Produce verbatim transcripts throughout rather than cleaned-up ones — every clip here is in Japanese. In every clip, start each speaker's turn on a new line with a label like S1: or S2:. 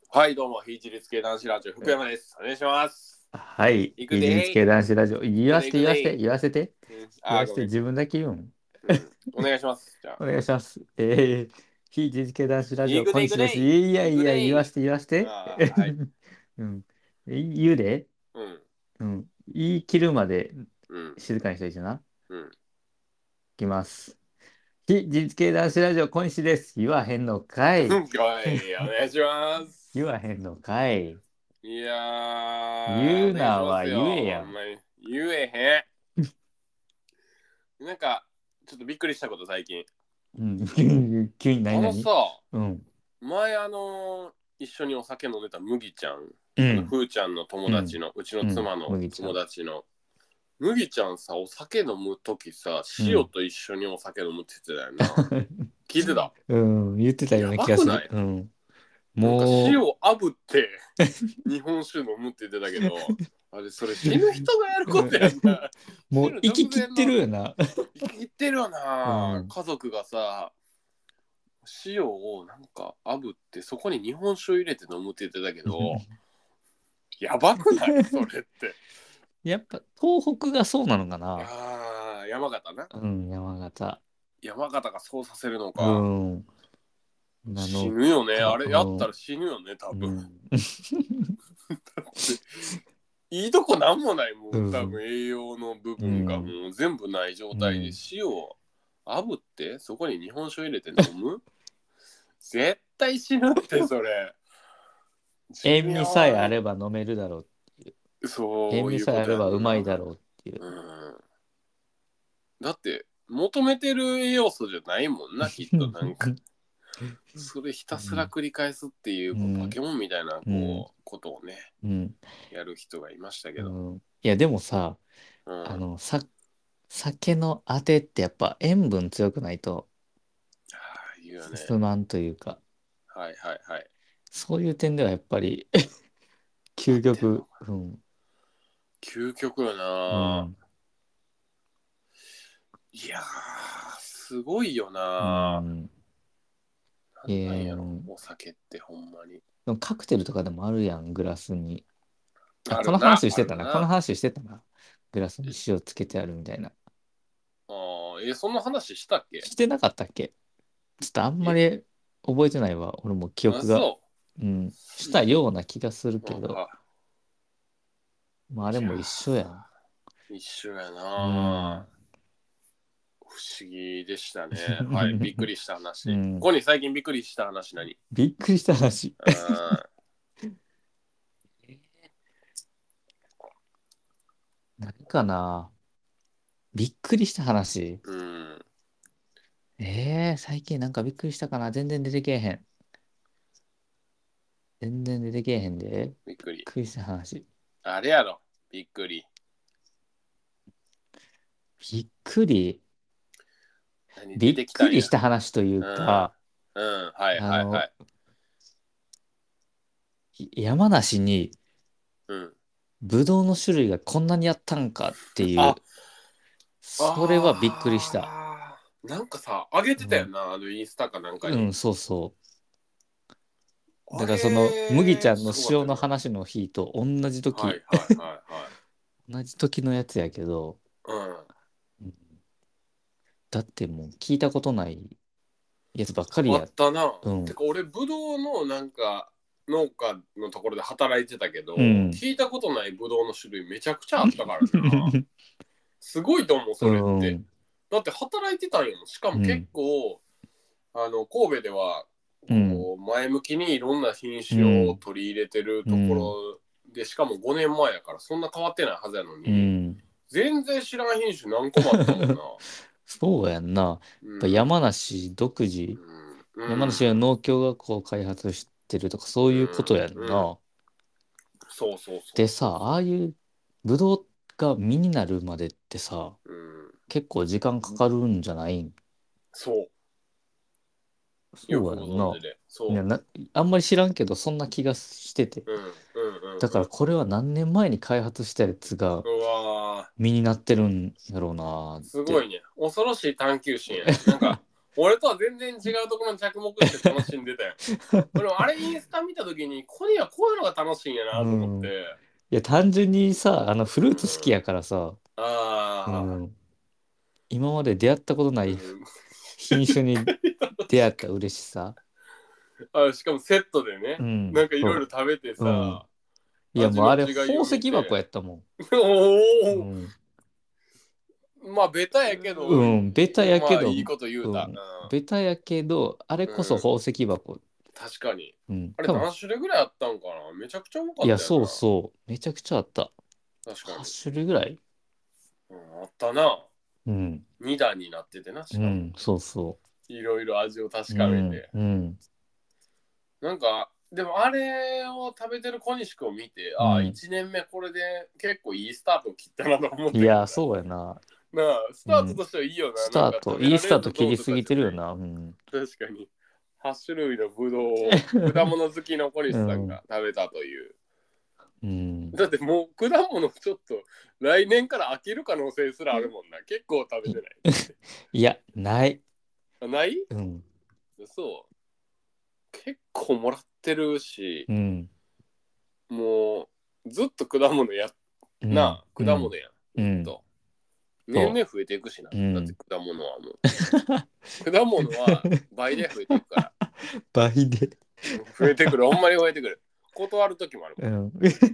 S1: はいどうも非自立系男子ラジオ福山です。お願いします。
S2: はい。
S1: いくでー
S2: 非自立系男子ラジオ。言わせて言わせて言わせて
S1: うん、
S2: 言
S1: あーごめん、
S2: わせて自分だけ言うん。
S1: うん、お願いします。じゃあ
S2: お願いします。えー、非自立系男子ラジオ
S1: いくで
S2: 小西です。
S1: いくで
S2: いやいや、
S1: いくで
S2: 言わせて言わせて。
S1: あーはい。
S2: うん。言うで。
S1: うん
S2: うん。言い切るまで
S1: うん
S2: 静かにしといてな。
S1: うん。
S2: いきます。非自立系男子ラジオ小西です。言わへんのかい。
S1: はいお願いします。
S2: 言わへんのかい。
S1: いやーお
S2: 言う
S1: 願いし
S2: なは言
S1: ますよ。
S2: えやん。
S1: ほんまに言えへん。なんかちょっとびっくりしたこと最近。
S2: うん。急に何々。
S1: あのさ
S2: うん。
S1: 前あのー一緒にお酒飲んでた麦ちゃん、あの
S2: うん。
S1: ふーちゃんの友達の、うちの
S2: うん。
S1: 妻の友
S2: 麦ちゃん。
S1: 達の麦ちゃんさ、お酒飲むときさ、
S2: うん。
S1: 塩と一緒にお酒飲むって言ってたよな。聞いてた。
S2: うん、言ってたよう
S1: や
S2: な気がする。
S1: ばくない？
S2: うん。
S1: なんか塩
S2: も
S1: 炙って日本酒飲むって言ってたけど、あれそれ死ぬ人がやる
S2: う、
S1: ことやんな。
S2: もう
S1: 死ぬ直
S2: 息切ってる
S1: 前の、
S2: よな。
S1: 生きってるよ
S2: う
S1: な。
S2: ん。
S1: 家族がさ、塩をなんか炙ってそこに日本酒を入れて飲むって言ってたけど、やばくないそれって。
S2: やっぱ東北がそうなのかな。
S1: ああ、山形な。
S2: うん、山形。
S1: 山形がそうさせるの
S2: う
S1: か。
S2: ん。な
S1: 死
S2: の
S1: ぬよね。あ
S2: か、
S1: れやった
S2: うん。
S1: ら死ぬよね、多分。
S2: うん。
S1: いいとこなんもないもん、多
S2: うん。
S1: 分栄養の部
S2: う
S1: 分が
S2: ん。
S1: もう全部ない状態で
S2: うん。
S1: 塩を炙ってそこに日本酒を入れて飲む絶対死ぬってそれ。寿
S2: 塩味さえあ
S1: 命。
S2: れば飲めるだろうっていう。
S1: そういう
S2: 塩味さえあ
S1: ことやんな。
S2: ればうまいだろうっていう。
S1: うん。だって求めてる栄養素じゃないもんな、きっとなんか。それひたすら繰り返すっていう、こうパ
S2: うん。
S1: ケモンみたいな
S2: うん。
S1: こうことをね、
S2: うん。
S1: やる人がいましたけど。
S2: うん。いや、でもさ、
S1: うん。あ
S2: あの、さ、酒のあてってやっぱ塩分強くないと
S1: あ、いいよね。
S2: 進まんというか、
S1: はいはいはい。
S2: そういう点ではやっぱり
S1: 合ってんの
S2: 究極、
S1: か。
S2: うん、
S1: 究極よな。
S2: うん、
S1: いやー、すごいよ
S2: う
S1: な。
S2: ん、え
S1: なんなんやろ、
S2: ー、
S1: お酒ってほんまに。
S2: でもカクテルとかでもあるやん、グラスに。あ、この
S1: あるな、
S2: 話してたな、この
S1: あるな。
S2: 話してたな。グラスに
S1: え、
S2: 塩つけてあるみたいな。
S1: あーえ、そんな話したっけ？
S2: してなかったっけ？ちょっとあんま
S1: え、
S2: り覚えてないわ、俺も記
S1: あ、
S2: 憶が。
S1: そ
S2: うん、したような気がする
S1: う。うん、
S2: けど、
S1: は
S2: まああれ
S1: い。いや
S2: も一緒やん。
S1: ー、一緒や
S2: うん。
S1: な。不思議でしたね。はい、びっくりした話。こ
S2: うん。
S1: こに最近びっくりした話何？
S2: びっくりした話。
S1: あ
S2: 何かな。びっくりした話。
S1: ーうん、
S2: えー、最近なんかびっくりしたかな。全然出てけえへん。全然出てけえへんで。びっ
S1: びっくり。
S2: くりした話。
S1: あれやろ、びっくり。
S2: びっくり。
S1: 何出
S2: びっ
S1: てきたんや。
S2: くりした話という
S1: うん、
S2: か、
S1: うん、はい
S2: あの、
S1: はいはい。
S2: 山梨に
S1: うん。
S2: ブドウの種類がこんなにあったんかっていう、
S1: あ、
S2: それはびっくりした。
S1: あー、なんかさ、あげてた
S2: うん。
S1: よな、あのインスタかなんかに。
S2: うん、そうそう。だ
S1: あ
S2: からその麦ち
S1: れ、
S2: ゃんの
S1: すごかったよな。
S2: 塩の話の日と同じ時、
S1: はいはいはいはい。
S2: 同じ時のやつやけど、
S1: うん。
S2: うん、だってもう聞いたことないやつばっかり
S1: あ
S2: や。
S1: ったな。
S2: うん。
S1: てか、俺、ブドウのなんか、農家のところで働いてたけど、
S2: うん。
S1: 聞いたことないブドウの種類めちゃくちゃあったからな。すごいと思う、
S2: う
S1: それって。
S2: ん。
S1: だって働いてたんよ。しかも結
S2: うん。
S1: 構、あの、神戸では、
S2: うん。
S1: こう、前向きにいろんな品種を
S2: うん。
S1: 取り入れてるとこ
S2: うん。
S1: ろで、しかもごねんまえやから、そんな変わってないはずやの
S2: う
S1: に、
S2: ん。
S1: 全然知らん品種何個もあったもんな。
S2: そうやんな。やっぱ
S1: うん。
S2: 山梨独自、
S1: うん。う
S2: 山梨の
S1: ん。
S2: 農協がこう開発してるとかそう
S1: う
S2: いうことやん
S1: ん。うん。
S2: な。
S1: そうそうそう
S2: でさ、
S1: そうそ
S2: ああいうブドウが実になるまでってさ、
S1: う。うん。
S2: 結構時間かかるんじゃないん？
S1: そう。よくご
S2: そうやんな。
S1: 存知で。そ
S2: いやな、あんまり知らんけど、そんな気がしてて。
S1: う。うん。うん。
S2: だから
S1: うん。
S2: これは何年前に開発したやつが
S1: うん。うわー、
S2: 実になってるんやろうなーって。
S1: すごいね。恐ろしい探求心やね。なんか、 俺とは全然違うところに着目して楽しんでたよ。でもあれインスタ見た時にコニーはこういうのが楽しいんやなと思って。
S2: うん、いや単純にさ、あのフルーツ好きやからさ、
S1: うん、
S2: う
S1: あ
S2: ん、今まで出会ったことな
S1: あ、う
S2: い
S1: ん、
S2: 品種に出会った嬉しさ。
S1: あ、しかもセットでね、
S2: うん、
S1: なんかいろいろ
S2: そ
S1: 食べて
S2: う。うん。
S1: さ、
S2: いやもうあれ
S1: 味の違い
S2: 宝
S1: を見て。
S2: 石箱やったもん。
S1: おお、
S2: うん。
S1: まあベタやけど、
S2: うん、ベタやけど、
S1: まあいいこと言うた。
S2: うん、ベタやけど、あれこそ
S1: うん、うん、
S2: 宝石箱。
S1: 確かに。
S2: うん、
S1: あれ
S2: 多分、
S1: 何種類ぐらいあったんかな。めちゃくちゃうまか
S2: いや、
S1: ったよ
S2: そうそう、めちゃくちゃあった。
S1: な。確かに。
S2: はち種類ぐらい。
S1: うん、あったな。
S2: うん、
S1: に段になっててな、しかも。
S2: うん、そうそ
S1: いろいろ味を確
S2: う。うん、
S1: かめて。
S2: うん、
S1: なんか、でもあれを食べてる小西君を見て、ああ、
S2: うん。
S1: いちねんめこれで結構いいスタートを切ったなと思った
S2: いや、
S1: けどな。
S2: そうやな。
S1: なあ、スタート
S2: うん。
S1: としてはいいよ
S2: ス
S1: な。なん
S2: タート、
S1: か食べら
S2: いいスタート
S1: れるとどうと
S2: 切りすぎ
S1: かじゃない。
S2: てるよな。うん。
S1: 確かに。はち種類のブドウを果物好きの小西さん
S2: うん。
S1: が食べたという。
S2: うん。
S1: だってもう果物ちょっと来年から飽きる可能性すらあるもんな。結構食べてない。
S2: いや、ない。
S1: あ、ない？
S2: うん。
S1: そう。結構もらってるし、
S2: うん。
S1: もうずっと果物や、
S2: うん。
S1: なあ、
S2: うん。
S1: 果物やん。
S2: うん。
S1: ずっと。年
S2: そ
S1: 々増えていくしな。
S2: う。う
S1: だって
S2: ん。
S1: 果物はもう。果物は倍で増えていくから。
S2: 倍で。
S1: うん、増えてくる。ほんまに増えてくる。断る時もあるもん。
S2: うん。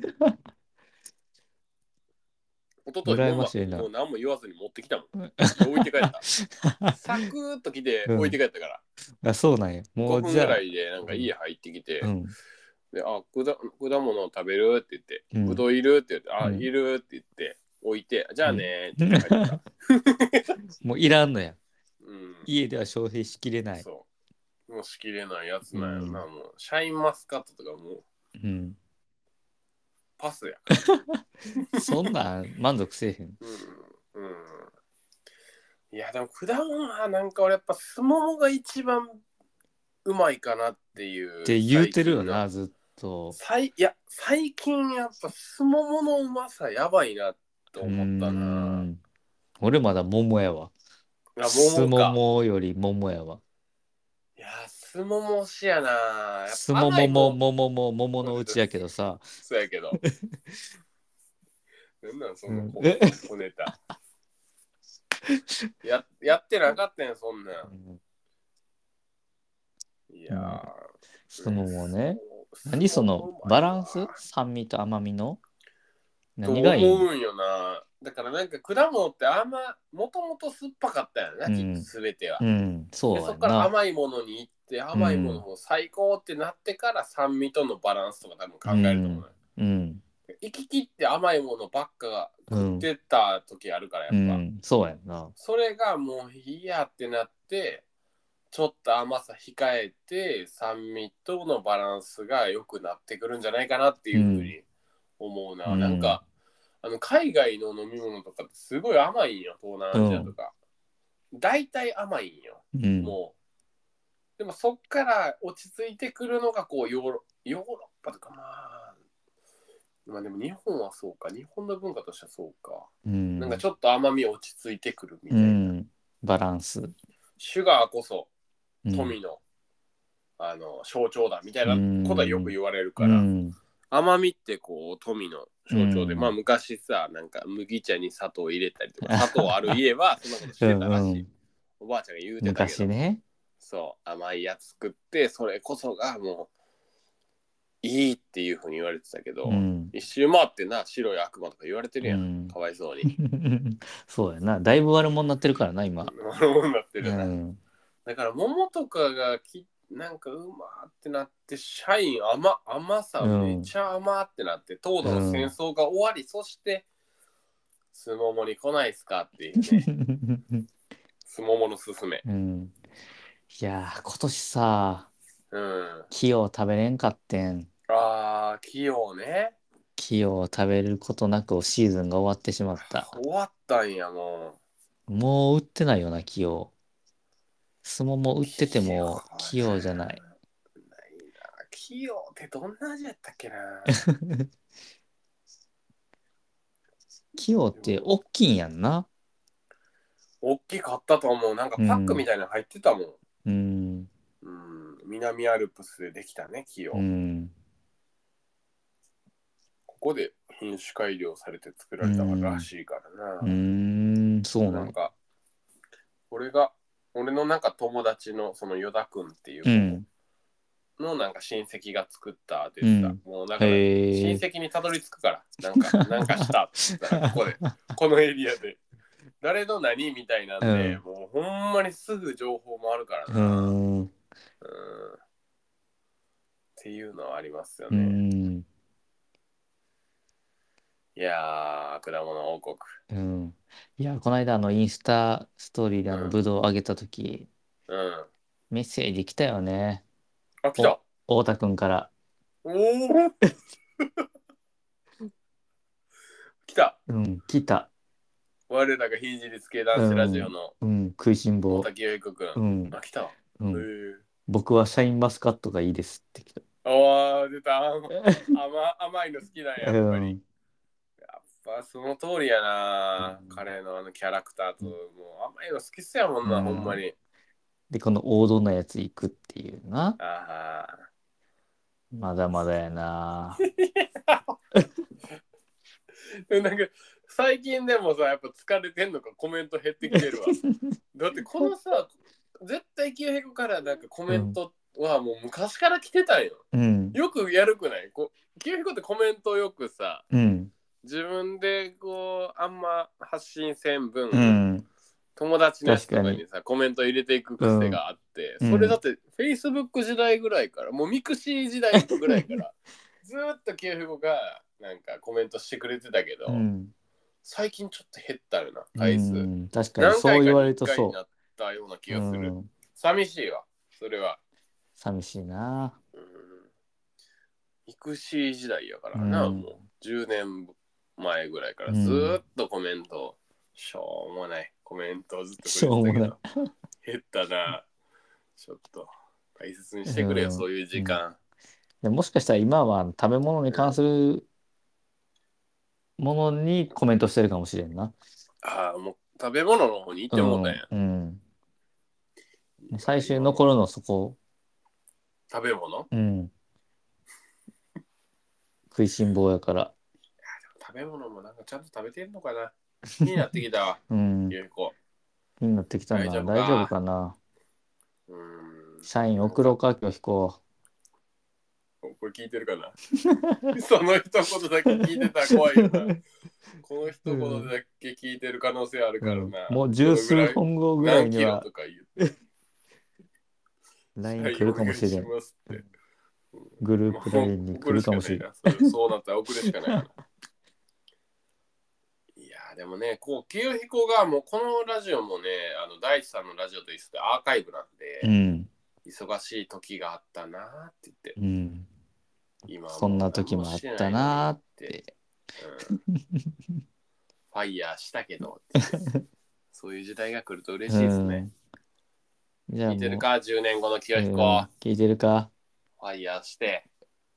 S1: 一昨日
S2: 羨
S1: も、ま、
S2: ましいな。
S1: もう何も言わずに持ってきたもん。で、置いて帰った。サクッと来て置いて
S2: うん。
S1: 帰ったから。
S2: あ、そうなんや。もう
S1: 5分ぐら
S2: じゃあ、
S1: いでなんか
S2: うん。
S1: 家入ってきて、
S2: うん。
S1: で、あ、果果物を食べるって言って、
S2: うん。
S1: ぶどういるって言って、あ、い
S2: うん。
S1: るって言って、置いて、じゃあね
S2: うん。
S1: ーって言って帰ってきた。
S2: もういらんのや。
S1: うん、
S2: 家では消費しきれない。
S1: そう。もうしきれないやつ
S2: う
S1: なんやろな。
S2: ん。
S1: もう、シャインマスカットとかもう
S2: うん。
S1: パスやから。
S2: そんなん満足せえへん。
S1: うん。うん。いや、でも果物はなんか俺やっぱスモモが一番うまいかなっていう
S2: って言う
S1: 最近の。
S2: てるよな、ずっと。
S1: 最いや、最近やっぱスモモのうまさやばいなと
S2: うー
S1: 思ったな。
S2: ん。俺まだ桃やわ。
S1: あ、
S2: す
S1: 桃か。
S2: 桃より桃やわ。
S1: いや、スモモ推しやな。やっ
S2: す
S1: ぱ
S2: ももも
S1: 甘いもん。
S2: 桃も桃のうちやけどさ。
S1: そうやけど。なんなんそ
S2: うん。
S1: の小
S2: え
S1: 小ネタ。ややってなかったんや、そんなん。いや
S2: うん。
S1: ー、
S2: す
S1: ね、
S2: ももね。
S1: そう、ス
S2: 何その
S1: モモうまい
S2: バランス、
S1: わ。
S2: 酸味と甘みの
S1: と
S2: 何がいいん？
S1: 思うんよな。だからなんか果物ってあんま、もともと酸っぱかったよな、きっと
S2: うん。
S1: すべては。
S2: うん。
S1: で、
S2: そう
S1: そこから
S2: やんな。
S1: 甘いものに行って、
S2: う
S1: 甘いもの
S2: ん。
S1: も最高ってなってから酸味とのバランスとか多分
S2: う
S1: 考えると思う
S2: ん。
S1: よ。
S2: うん。
S1: 行き切って甘いものばっかが食っ
S2: うん。
S1: てた時あるからやっぱ。
S2: うん。そうやんな。
S1: それがもういいやってなって、ちょっと甘さ控えて酸味とのバランスが良くなってくるんじゃないかなって
S2: うん。
S1: いうふうに思うな。なん
S2: うん。
S1: かあの海外の飲み物とかってすごい甘いんよ、東南アジアと
S2: うん。
S1: か。大体甘いんよ。
S2: うん。
S1: もう。でもそっから落ち着いてくるのがこうヨーロヨーロッパとかまあ、まあでも日本はそうか。日本の文化としてはそうか。
S2: う
S1: なんか
S2: ん。
S1: ちょっと甘み落ち着いてくるみ
S2: う
S1: たいな。
S2: ん。バランス。
S1: シュガーこそ
S2: うん。
S1: 富の、あの象徴だみたい
S2: う
S1: なことはよく
S2: ん。
S1: 言われる
S2: う
S1: から、
S2: ん。
S1: 甘みってこう富の
S2: う
S1: 象徴で、まあ
S2: ん。
S1: 昔さ、なんか麦茶に砂糖を入れたりとか、砂糖ある家はそんなことし
S2: う
S1: てたらしい。
S2: んうん。
S1: おばあちゃんが言うてたけど、
S2: 昔ね。
S1: そう、甘いやつ作って、それこそがもういいっていうふうに言われてたけど、
S2: うん。
S1: 一周回ってな、白い悪魔とか言われてるやん。
S2: うん。
S1: かわいそうに。
S2: そうやな。だいぶ悪者になってるからな、今。
S1: 悪者になって
S2: う
S1: るな。
S2: ん。
S1: だから桃とかがきなんかうまーってなってシャイン甘甘さ
S2: う
S1: め
S2: ん。
S1: ちゃ甘ってなって東
S2: う
S1: 土の戦
S2: ん。
S1: 争が終わり、そしてスモモに来ないっすかっていうね。スモモのすすめ。
S2: うん。いやー、今年さ、
S1: うん。
S2: 木を食べれんかってん。
S1: あー、器用ね。
S2: 木を食べることなくシーズンが終わってしまった。
S1: 終わったんやも
S2: もう売ってないよな、木を。スモモ
S1: う。
S2: 売ってて
S1: 器用
S2: も器用じゃない。
S1: な。ないな。器用ってどんな味やったっけな。
S2: 器用って大きいんやんな。
S1: 大きかったと思う。なんかパックみたいなの入ってたもん。
S2: うん。
S1: うん、南アルプスでできたね、木を。
S2: うん。
S1: ここで品種改良されて作ら
S2: う
S1: れたら
S2: ん。
S1: しいから
S2: う
S1: な。
S2: ん。そうなんや。
S1: なんか、俺が、俺のなんか友達のそのヨダ君っていう子
S2: うん。
S1: のなんか親戚が作ったでさ、
S2: うん。
S1: もうだから親
S2: へえ。
S1: 戚にたどり着くから、なんか、なんかしたって言ったら、ここで、このエリアで、誰の何みたいなんで、
S2: うん。
S1: もうほんまにすぐ情報もあるから
S2: う
S1: な。
S2: ん。
S1: うん。っていうのはありますよ
S2: う
S1: ね。
S2: ん。
S1: いやー、果物王国。
S2: うん。いや、この間、あの、インスタストーリーであの、
S1: うん。
S2: ブドウをあげたとき、
S1: うん。
S2: メッセージ来たよね。
S1: あ、来
S2: お、
S1: た。
S2: 太田くんから。
S1: おお、来た。
S2: うん、来た。
S1: 我らが非自立系男子ラジオ
S2: うん。
S1: の
S2: うん、食いしん坊。
S1: 大竹優彦くん。
S2: うん。
S1: あ、来た。へ
S2: うん。
S1: え。
S2: 僕はシャインマスカットがいいですって来た。
S1: ああ、出た。甘甘いの好きなんや、やっぱり。
S2: うん。
S1: やっぱその通りや
S2: う
S1: な。
S2: ん。
S1: 彼のあのキャラクターと、もう甘いの好きっすやもん
S2: う
S1: な、ほんま
S2: ん。
S1: に。
S2: で、この王道なやつ行くっていうな。
S1: ああ。
S2: まだまだやな。
S1: でもなんか、最近でもさ、やっぱ疲れてんのかコメント減ってきてるわ。だってこのさ、絶対清彦からなんかコ
S2: うん。
S1: メントはもう昔から来てたんよ。
S2: うん。
S1: よくやるくないこ清彦ってコメントよくさ、
S2: うん。
S1: 自分でこう、あんま発信せん
S2: う
S1: 分、
S2: ん。
S1: 友達のやつ
S2: 確かに。
S1: とかにさ、コメント入れていく
S2: うん。
S1: 癖があって、
S2: うん。
S1: それだって Facebook 時代ぐらいから、もうミクシー時代ぐらいから、ずーっと清彦がなんかコメントしてくれてたけど、
S2: うん。
S1: 最近ちょっと減ったよな、
S2: う
S1: 回数。
S2: ん。確かに、
S1: 何回かに1
S2: そう言われるとそ
S1: 回になったような気
S2: う。う
S1: がする。
S2: ん。
S1: 寂しいわ、それは。
S2: 寂しいな。
S1: うん。ミクシー時代やか
S2: う
S1: らな、もう
S2: ん。
S1: じゅうねんまえぐらいからず
S2: うん。
S1: ーっとコメント、しょうもないコメントをずっとく
S2: しょうもない。
S1: れてたけど、減ったな。ちょっと大切にし
S2: う
S1: てくれよ、
S2: ん。
S1: そういう
S2: うん。
S1: 時間。
S2: でもしかしたら今は食べ物に関す
S1: うん。
S2: るものにコメントしてるかもしれんな。
S1: ああ、もう食べ物の方に行ってもうたんや。
S2: うん。うん。
S1: いや、
S2: 最終
S1: 今も
S2: 残るのそこ。
S1: 食べ物
S2: うん。食いしん坊やから。
S1: 食べ物もなんかちゃんと食べてんのかな、気になってきたわ。
S2: うん。
S1: ゆうこ。
S2: 気になってきた
S1: 大丈
S2: な。大丈夫
S1: 夫か。
S2: かな。
S1: うーん。
S2: 社員
S1: なんか、
S2: 送ろうか、今日飛行。
S1: これ聞いてるかな。その一言だけ聞いてたら怖いよな。この一言
S2: うん。
S1: だけ聞いてる可能性ある
S2: うん。
S1: からな。
S2: もう十数
S1: どのぐらい、
S2: 分後ぐらい
S1: 何
S2: には
S1: キロとか言って、
S2: ライン
S1: はい、
S2: 来る
S1: お願いし
S2: かもしれん。
S1: ますって。うん、
S2: グルー
S1: まあ、
S2: プ ライン に来
S1: 送る
S2: るかもしれん。
S1: しかないな。そう、そうなったら送るしかないわな。いやーでもね、こう、清彦がもうこのラジオもね、あの大地さんのラジオと一緒でアーカイブなんで、
S2: うん。
S1: 忙しい時があったなーって言って、
S2: うん。
S1: 今は
S2: そんな
S1: もう何も
S2: 時もあった
S1: してないのにっ
S2: なーっ
S1: て、
S2: て。
S1: うん、ファイヤーしたけどって言って、そういう時代が来ると嬉
S2: う
S1: しいですね。
S2: ん。じゃあも
S1: 聞いてるか？ じゅう 年後の
S2: う、
S1: 清彦。
S2: うん。聞いてるか？
S1: ファイヤーして、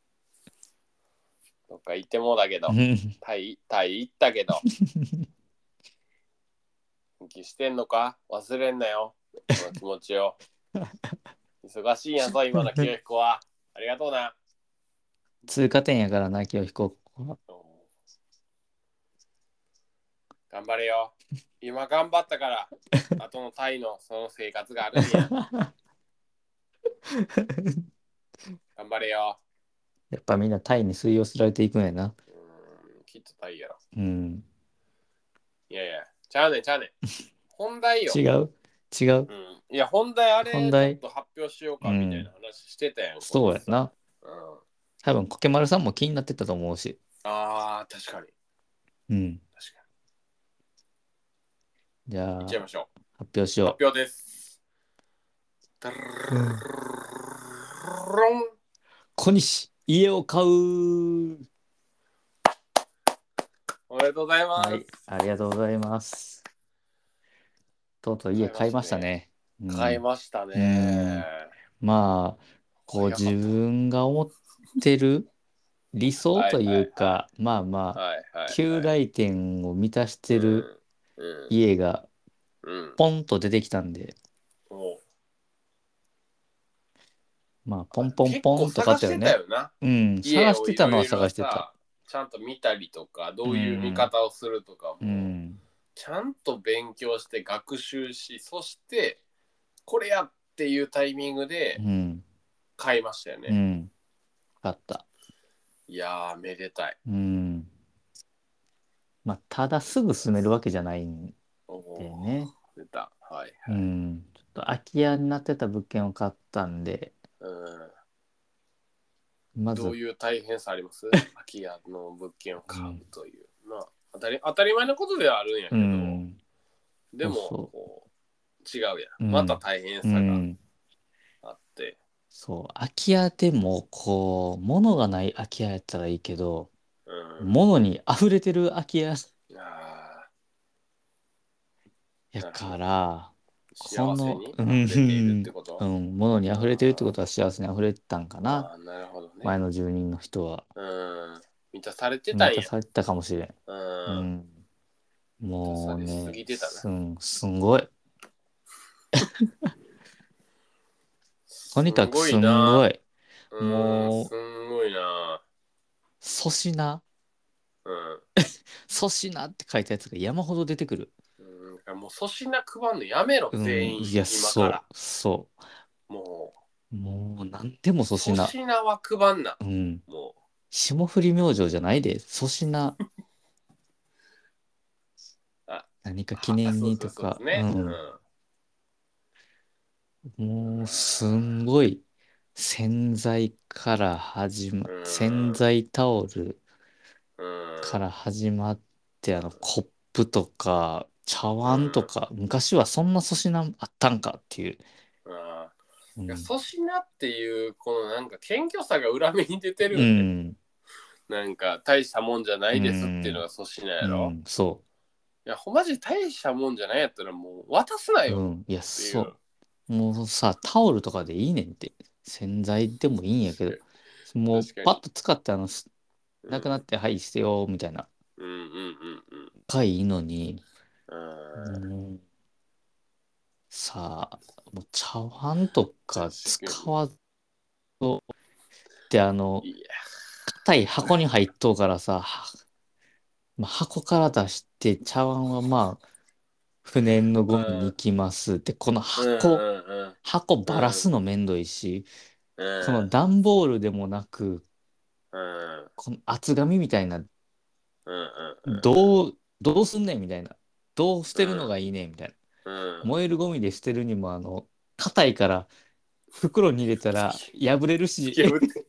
S1: どっか行ってもうだけど、タイ、タイ行ったけど、復帰してんのか忘れんなよ、その気持ちを。忙しいんやぞ、今の清彦は。ありがとうな。
S2: 通過点やからな、今日飛行。
S1: 頑張れよ。今頑張ったから、後のタイのその生活があるんや。頑張れよ。
S2: やっぱみんなタイに吸い寄せられていくんやな。
S1: うーん、きっとタイやろ。
S2: うん。
S1: いやいや、ちゃうねんちゃうねん。本題よ。
S2: 違う違う
S1: うん。いや、本題あれちょっ
S2: 本題
S1: と発表しよう
S2: う
S1: かみたい
S2: ん。
S1: な話してたやん、このさ。
S2: そうやな。
S1: うん。
S2: 多分、コケマルさんも気になってたと思うし。
S1: あー、確かに。
S2: うん。
S1: 確か
S2: じゃ
S1: に。いっちゃい
S2: あ、
S1: ましょう。
S2: 発表しよ
S1: 発表です。タル
S2: う。うん。
S1: ロン。
S2: 小西、家を買う。
S1: おめでとうございます。
S2: はい、ありがとうございます。とうとう家買いましたね。う
S1: 買い
S2: ん。
S1: ました
S2: う
S1: ね。
S2: ん。まあ、こう自
S1: 早かった。
S2: 分が思ってる理想
S1: はい
S2: とい
S1: はいはい。
S2: うか、まあまあ、
S1: はいはいはい。
S2: 及第点を満たしてる
S1: うん。うん。
S2: 家が
S1: うん。
S2: ポンと出てきたんで、
S1: お
S2: まあ、ポンポン
S1: 結
S2: ポンと買
S1: 構探して
S2: ったよね。
S1: たよな。
S2: うん、
S1: 家
S2: 探し
S1: をいろい
S2: てたのは探してた。
S1: ろさ、ちゃんと見たりとか、ど
S2: う
S1: ういう見
S2: ん、
S1: 方をするとか
S2: う
S1: も、
S2: ん、
S1: ちゃんと勉強して学習し、そしてこれやっていうタイミング
S2: う
S1: で
S2: ん、
S1: 買いましたよね。
S2: うん、買った。
S1: いやー、めでたい。
S2: うん。まあ、ただすぐ住めるわけじゃないん
S1: おお
S2: でね。
S1: ー、出た。はい
S2: う
S1: はい。
S2: ん。ちょっと空き家になってた物件を買ったんで、
S1: うん。
S2: まず、
S1: どういう大変さあります空き家の物件を買う
S2: うん、
S1: という。まあ、当たり当たり前のことではあるんや
S2: う
S1: けど、
S2: ん、
S1: でも、
S2: そうそ
S1: こう、違うやん。
S2: う。う
S1: また
S2: ん、
S1: 大変
S2: う
S1: さが
S2: ん。
S1: あって。
S2: そう、空き家でも、こう、物がない空き家やったらいいけど、
S1: うん。
S2: 物に溢れてる空き家
S1: ああ、
S2: やか
S1: なるほど。
S2: ら、この、
S1: 幸せに
S2: う
S1: 溢れているっ
S2: ん、
S1: てこと。
S2: うん、物に溢れてるってこ
S1: あ
S2: とは幸せに溢れてたんかな。
S1: あー、なるほどね。
S2: 前の住人の人は。
S1: うん。満たされてたんや。
S2: 満たされてたかもしれん。
S1: うん。
S2: うん。
S1: 満たさ
S2: もう
S1: れす
S2: ね、
S1: ぎてたな。
S2: すん、すんごい。と
S1: すんご
S2: にかくす
S1: いな。
S2: んごい。
S1: うん、す
S2: もう、
S1: んごいな。
S2: 粗品、
S1: うん。
S2: 粗品って書いたやつが山ほど出てくる。
S1: うん、もう粗品配んのやめろ、
S2: うん、
S1: 全員、
S2: いや、
S1: 今から。
S2: そう、そ
S1: も
S2: う。もう、なんでも粗
S1: う、粗
S2: 品。
S1: 品は配んな。
S2: うん。
S1: も
S2: 霜降り明星じゃないで、粗品、
S1: う、あ、
S2: 何か記
S1: は、
S2: 念
S1: そうそうそうで
S2: にとか、
S1: すね。う
S2: うん。
S1: ん。
S2: もう、すんごい、洗剤から始ま、
S1: うん。
S2: 洗剤タオル
S1: うん。
S2: から始まって、あの、コップとか、茶
S1: うん。
S2: 碗とか、昔はそんな粗品あったんかっていう。
S1: あー、いや、
S2: うん。
S1: 粗品っていう、このなんか謙虚さが裏目に出てる
S2: う
S1: よね。
S2: ん。
S1: なんか、大したもんじゃな
S2: う
S1: いですっていうの
S2: ん。
S1: が粗品やろ。
S2: うん。そ
S1: いや、ほまじ大したもんじゃないやったらもう渡すな
S2: う。
S1: よ
S2: うん。いや、
S1: っていう。
S2: そう。もうさ、タオルとかでいいねんって。洗剤でもいいんやけど、もう
S1: 確かに。
S2: パッと使ってあの、す
S1: うん。
S2: なくなって、はい、捨てよう、みたいな。
S1: うんうんうんうん。
S2: がいいのに、
S1: あ
S2: もう、さあ、もう茶碗とか
S1: ー、確かに。
S2: 使わずってあの、
S1: いや、
S2: 硬い箱に入っとうからさ、はまあ、箱から出して茶碗はまあ、不燃のゴミに行きます。で、この
S1: うんう
S2: 箱、
S1: ん
S2: 箱
S1: うん。
S2: ばらすのめんどいし、
S1: うん
S2: この
S1: うん
S2: 段ボールでもなく、
S1: うん
S2: この厚紙みたいな、
S1: うんうん
S2: どう、どうすんねんみたいな。どう捨てるの
S1: うん
S2: がいいねんみたいな。
S1: うん
S2: 燃えるゴミで捨てるにも、あの、硬いから、袋に入れたら破れるし、
S1: 突き破って。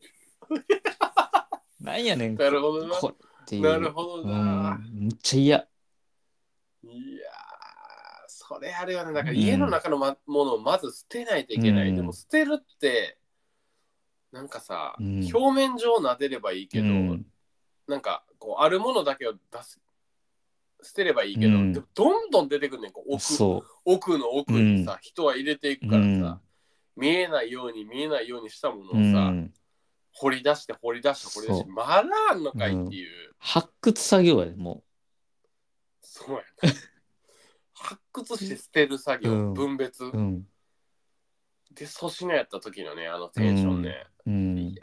S2: なんやねん、
S1: なる
S2: こ、
S1: ほどな。
S2: これっていう。
S1: なるほど
S2: う
S1: な。
S2: ん、むっちゃ嫌。
S1: いやー、それあるよね。だ
S2: う
S1: から家の
S2: ん、
S1: 中の、ま、ものをまず捨てないとい
S2: う
S1: けない。でも
S2: ん、
S1: 捨てるって、なんかさ、
S2: うん、
S1: 表面上撫でればいいけど、
S2: うん、
S1: なんかこう、あるものだけを出す、捨てればいいけど、で
S2: うん、
S1: もどんどん出てくるねん。こう奥、
S2: そ
S1: 奥の
S2: う、う
S1: 奥に
S2: ん、
S1: さ、人は入れていく
S2: う
S1: からさ、
S2: ん、
S1: 見えないように見えないようにしたも
S2: う
S1: のをさ、
S2: ん、
S1: 掘り出して掘り出して掘り出して、
S2: そ
S1: まだあんの
S2: う、
S1: かいっ
S2: うん。
S1: ていう。
S2: 発掘作業やで、も
S1: そうやな。発掘して捨てる作
S2: う。う
S1: 業、
S2: ん、
S1: 分別。
S2: うん、
S1: で、粗品やった時のね、あの
S2: う
S1: テンション
S2: ん、
S1: ね。
S2: うん。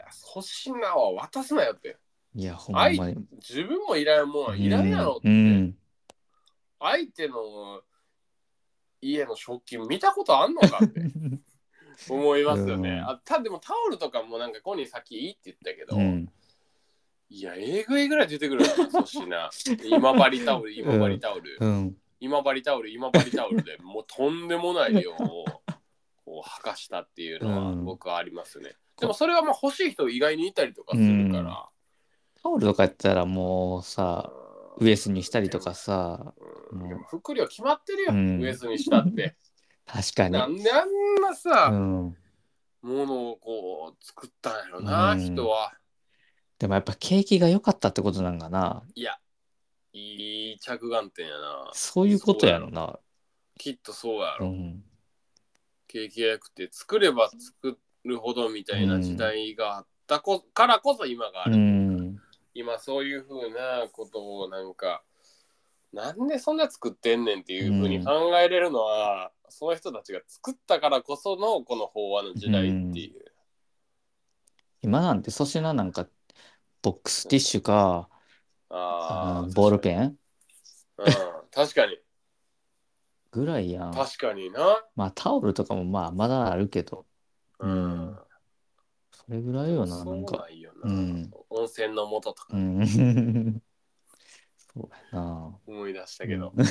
S1: いや、粗品は渡すなよって。
S2: いや、ほん
S1: 相
S2: まに。
S1: 自分もいらんもん
S2: う
S1: はいらんや
S2: ん、
S1: ろって。
S2: うん。
S1: 相手の家の食器見たことあんのかって思いますよね。
S2: うん、
S1: あたでもタオルとかもなんかコニーさっきいいって言ったけど、
S2: うん、
S1: いや、えぐいぐらい出てくるよな、粗品。今治タオル、今治
S2: うん、
S1: タオル。
S2: うん、
S1: 今治タオル、今治タオルでもうとんでもない量をこう吐かしたっていうのは
S2: うん。
S1: 僕はありますね。でも
S2: こ
S1: それはまあ欲しい人意外にいたりとか
S2: う
S1: するか
S2: ん。
S1: ら。
S2: タオルとかやったらもうさ、ウエスにしたりと
S1: でも、
S2: かさ、
S1: うん、で
S2: も
S1: も服量決まってる
S2: う、う
S1: よ、ウエ
S2: ん。
S1: スにしたって。
S2: 確かに。
S1: なんであんな
S2: う
S1: さ、
S2: ん。
S1: ものをこう作ったんやろ
S2: う
S1: な、人
S2: ん。
S1: は。
S2: でもやっぱ景気が良かったってことなんかな。
S1: いや、いい着眼点やな。
S2: そういうこと
S1: そうやろ。
S2: やろな。
S1: きっとそうやろ。
S2: うん。
S1: 景気が良くて、作れば作るほどみた
S2: う
S1: いな時
S2: ん。
S1: 代があったこからこそ今があ
S2: う
S1: るというか、
S2: ん。
S1: 今そういうふうなことをなんかなんでそんな作ってんねんっていうふうに考えれるのは、うん、その人たちが作ったからこそのこの飽和の時代っていう、うん、
S2: 今なんて粗品なんかボックスティッシュか、
S1: あ
S2: あボールペン、
S1: うん、確かに
S2: ぐらいやん。
S1: 確かにな。
S2: まあタオルとかもまあまだあるけど、
S1: うん、うん、
S2: それぐらいよな。
S1: そう
S2: なんか
S1: ないよな、
S2: うん、
S1: 温泉の素とか、
S2: うん、そうやな。
S1: 思い出したけど、
S2: うん、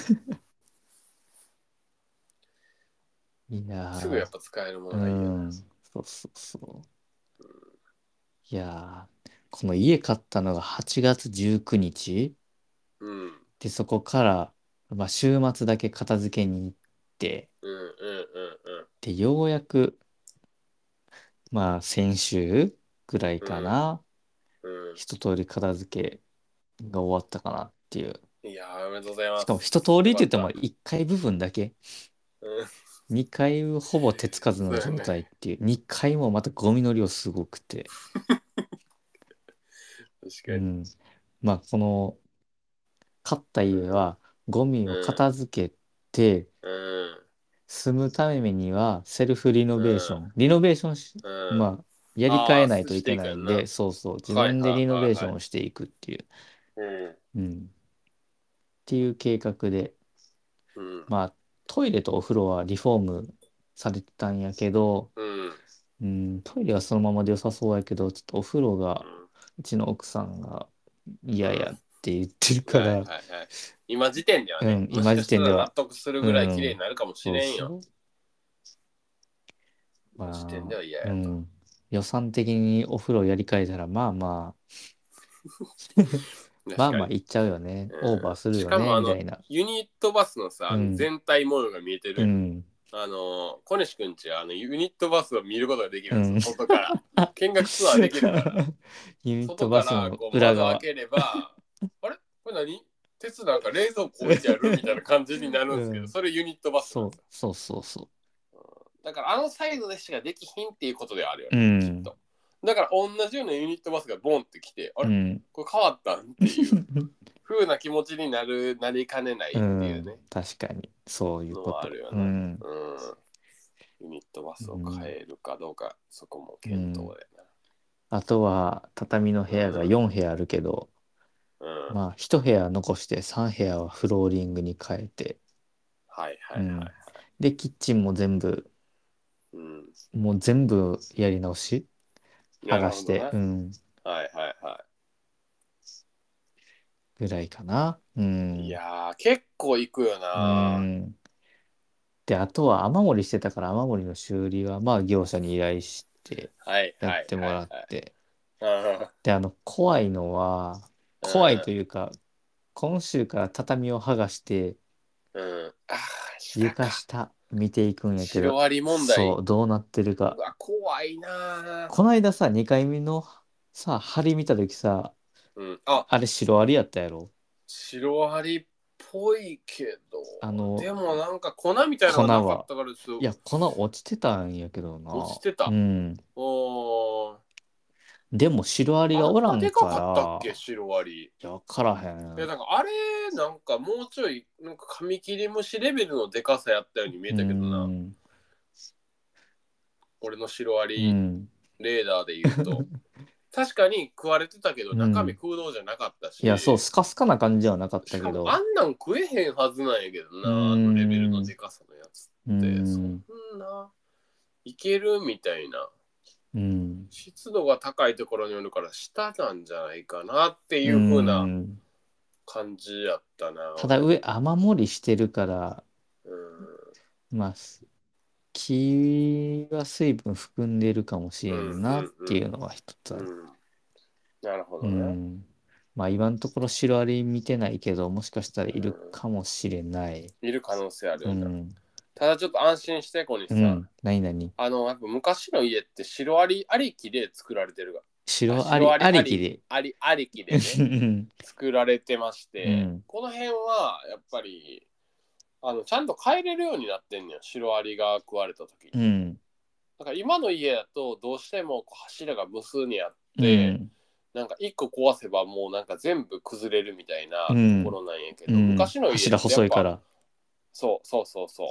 S2: いや
S1: すぐやっぱ使えるものがいいよな、うん、
S2: そうそうそう。うん、いやこの家買ったのがはちがつじゅうくにち、うん、でそこから、まあ、週末だけ片付けに行って、
S1: うんうんうんうん、
S2: でようやくまあ先週ぐらいかな、うんうん、一通り片付けが終わったかなっていう。
S1: いやーおめでとうございます。
S2: しかも一通りって言ってもいっかい部分だけ。うん、にかいほぼ手つかずの状態っていう。うね、にかいもまたゴミの量すごくて。
S1: 確かに。うん、
S2: まあこの買った家はゴミを片付けて、うん、住むためにはセルフリノベーション。うん、リノベーションし、うん、まあやり替えないといけないんで、そうそう、自分でリノベーションをしていくっていう。うん、っていう計画で、うん、まあトイレとお風呂はリフォームされてたんやけど、うんうん、トイレはそのままで良さそうやけど、ちょっとお風呂が、うちの奥さんが嫌やって言ってるから、うんはいはいはい、
S1: 今時点ではね、うん、今時点では納得するぐらい綺麗になるかもしれんよ。うん、そうそう今時点では嫌やと、まあうん、
S2: 予算的にお風呂やり替えたらまあまあまあまあいっちゃうよね、うん、オーバーするよねみたいな。
S1: ユニットバスのさ、うん、全体模様が見えてる、うん、あの小西くんちはあのユニットバスを見ることができるんですよ、うん、外から見学ツアーできるからユニットバスの裏側外からこう窓開ければあれこれ何鉄なんか冷蔵庫置いてあるみたいな感じになるんですけど、うん、それユニットバスなんですよ。
S2: そうそうそうそう、
S1: うん、だからあのサイズでしかできひんっていうことであるよね、うん、きっと。だから同じようなユニットバスがボンってきて、あれ、うん、これ変わったんっていう風な気持ちになるなりかねないっていうね、うん、
S2: 確かにそういうこと
S1: あるよな、うんうん、ユニットバスを変えるかどうか、うん、そこも検討でな、
S2: あとは畳の部屋がよんへやあるけど、うん、まあいち部屋残してさん部屋はフローリングに変えて、
S1: はいはいはい、はい、うん、
S2: でキッチンも全部、うん、もう全部やり直し剥がして、ね、うん、
S1: はいはいはい
S2: ぐらいかな、うん、
S1: いやー結構いくよな、うん、
S2: であとは雨漏りしてたから雨漏りの修理はまあ業者に依頼してやってもらって、であの怖いのは怖いというか、うん、今週から畳を剥がして、うん、あ床下見ていくんやけど、
S1: シロアリ問題、
S2: そうどうなってるか。
S1: うわ怖いな。
S2: この間さにかいめのさ梁見た時さ、うん、あ, あれシロアリやったやろ。
S1: シロアリっぽいけど、あのでもなんか粉みたいなのがなかったから
S2: ちょっと、いや粉落ちてたんやけどな。
S1: 落ちてた、うん、おー
S2: でもシロアリがおらんから。あんなでかかったっ
S1: けシロアリ。い
S2: や分からへん。
S1: いやなんかあれなんかもうちょいなんかカミキリムシレベルのでかさやったように見えたけどな、うん、俺のシロアリレーダーで言うと、うん、確かに食われてたけど中身空洞じゃなかったし、
S2: うん、いやそうスカスカな感じはなかったけど、しか
S1: もあんなん食えへんはずなんやけどな、あのレベルのでかさのやつってそんないけるみたいな、うん、湿度が高いところにおるから下なんじゃないかなっていう風な感じやったな。
S2: ただ上雨漏りしてるから、うん、まあ木は水分含んでるかもしれんなっていうのは一つある、うんうんうん、
S1: なるほどね、うん、
S2: まあ今のところシロアリ見てないけどもしかしたらいるかもしれない、
S1: うん、いる可能性あるよね、うん、ただちょっと安心して小西さん、うん、
S2: 何何
S1: あのやっぱ昔の家ってシロアリありきで作られてるが
S2: シロアリありきで
S1: ありありきでね作られてまして、うん、この辺はやっぱりあのちゃんと帰れるようになってんねん、シロアリが食われた時に、うん、だから今の家だとどうしてもこう柱が無数にあって、うん、 なんか一個壊せばもうなんか全部崩れるみたいなところなんやけど、
S2: うん、
S1: 昔の家ってやっぱ
S2: 柱細いから。
S1: そうそうそうそう。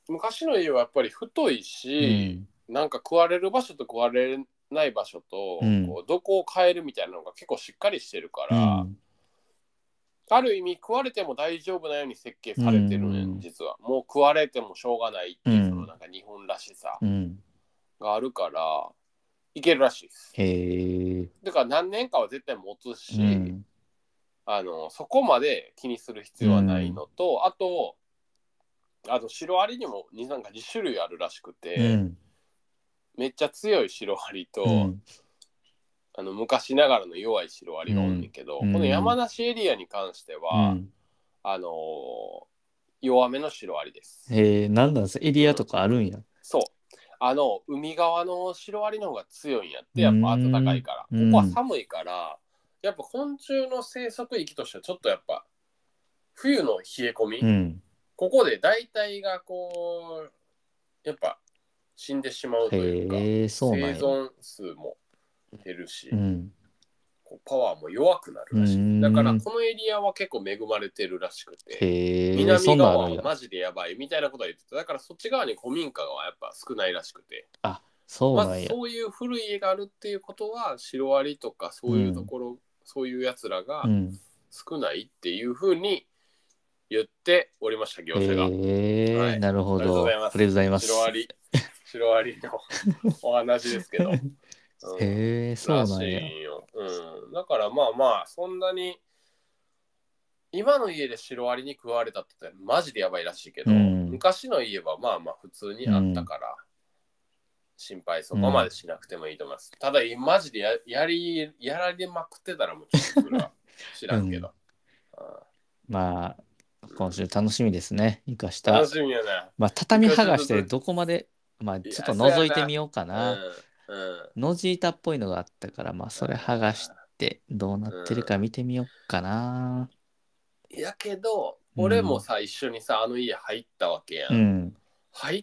S1: 昔の家はやっぱり太いし、うん、なんか食われる場所と食われない場所と、うん、こうどこを変えるみたいなのが結構しっかりしてるから、うん、ある意味食われても大丈夫なように設計されてるね、うん、実は。もう食われてもしょうがないっていう、うん、そのなんか日本らしさがあるから、いけるらしいです。
S2: へー。
S1: だから何年かは絶対持つし、うん、あのそこまで気にする必要はないのと、うん、あとあとシロアリにもなんかに種類あるらしくて、うん、めっちゃ強いシロアリと、うん、あの昔ながらの弱いシロアリがおんねんけど、うん、この山梨エリアに関しては、うん、あのー、弱めのシロアリです。
S2: へえ、なんなんですか、エリアとかあるんや。
S1: うん、そうあの海側のシロアリの方が強いんやって、やっぱ暖かいから。ここは寒いから、やっぱ昆虫の生息域としてはちょっとやっぱ冬の冷え込み、うん、ここで大体がこうやっぱ死んでしまうというか、生存数も減るし、うん、こうパワーも弱くなるらしい。だからこのエリアは結構恵まれてるらしくて、南側はマジでやばいみたいなことは言ってた。だからそっち側に古民家がやっぱ少ないらしくて、
S2: あ、そうなんや。
S1: まずそういう古い家があるっていうことはシロアリとかそういうところ、うん、そういうやつらが少ないっていうふうに言っておりました、業者が。
S2: へー、はい、なるほど。ありがとうございます。ありがとうございます。
S1: シロアリ、シロアリのお話ですけど。うん、
S2: へえ、そうなんや。
S1: うん。だからまあまあ、そんなに、今の家でシロアリに食われたってマジでやばいらしいけど、うん、昔の家はまあまあ普通にあったから、うん、心配そこまでしなくてもいいと思います。うん、ただ、マジで や, やり、やられまくってたらもうちょっとそれは知らんけど。
S2: うん、まあ、今週楽しみですね。床下。
S1: 楽しみやな。
S2: まあ、畳剥がしてどこまで、まあ、ちょっと覗いてみようかな。うん、ノジータっぽいのがあったから、まあ、それ剥がしてどうなってるか見てみようかな。
S1: うん、やけど、俺もさ、一緒にさ、あの家入ったわけやん。うん、入って、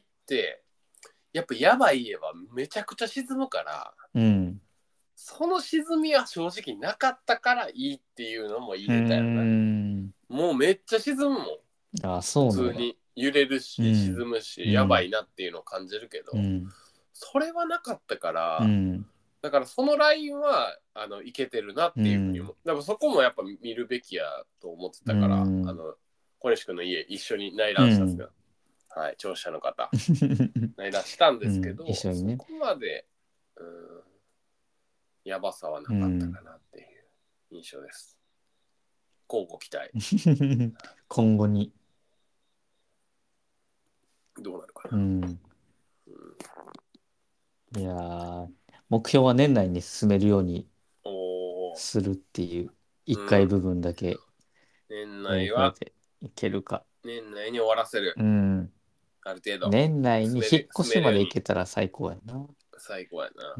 S1: やっぱやばい家はめちゃくちゃ沈むから、うん、その沈みは正直なかったからいいっていうのも入れたよな。もうめっちゃ沈むもん。
S2: あ、そうなんや。
S1: 普通に揺れるし、うん、沈むし、やばいなっていうのを感じるけど、うん、それはなかったから、うん、だからそのラインはあのいけてるなっていうふうに思う。だからそこもやっぱ見るべきやと思ってたから、うん、あの小西君の家一緒に内覧したんですけど、うん、はい、聴取者の方内覧したんですけど、うん、一緒にね、そこまで、うん、やばさはなかったかなっていう印象です。交互期待。
S2: 今後に
S1: どうなるかな。
S2: うんうん、いや目標は年内に進めるようにするっていういっかい部分だけ、
S1: うん、年内はい
S2: けるか。
S1: 年内に終わらせる。うん、ある程度。
S2: 年内に引っ越しまで行けたら最高やな。
S1: 最高やな。うん、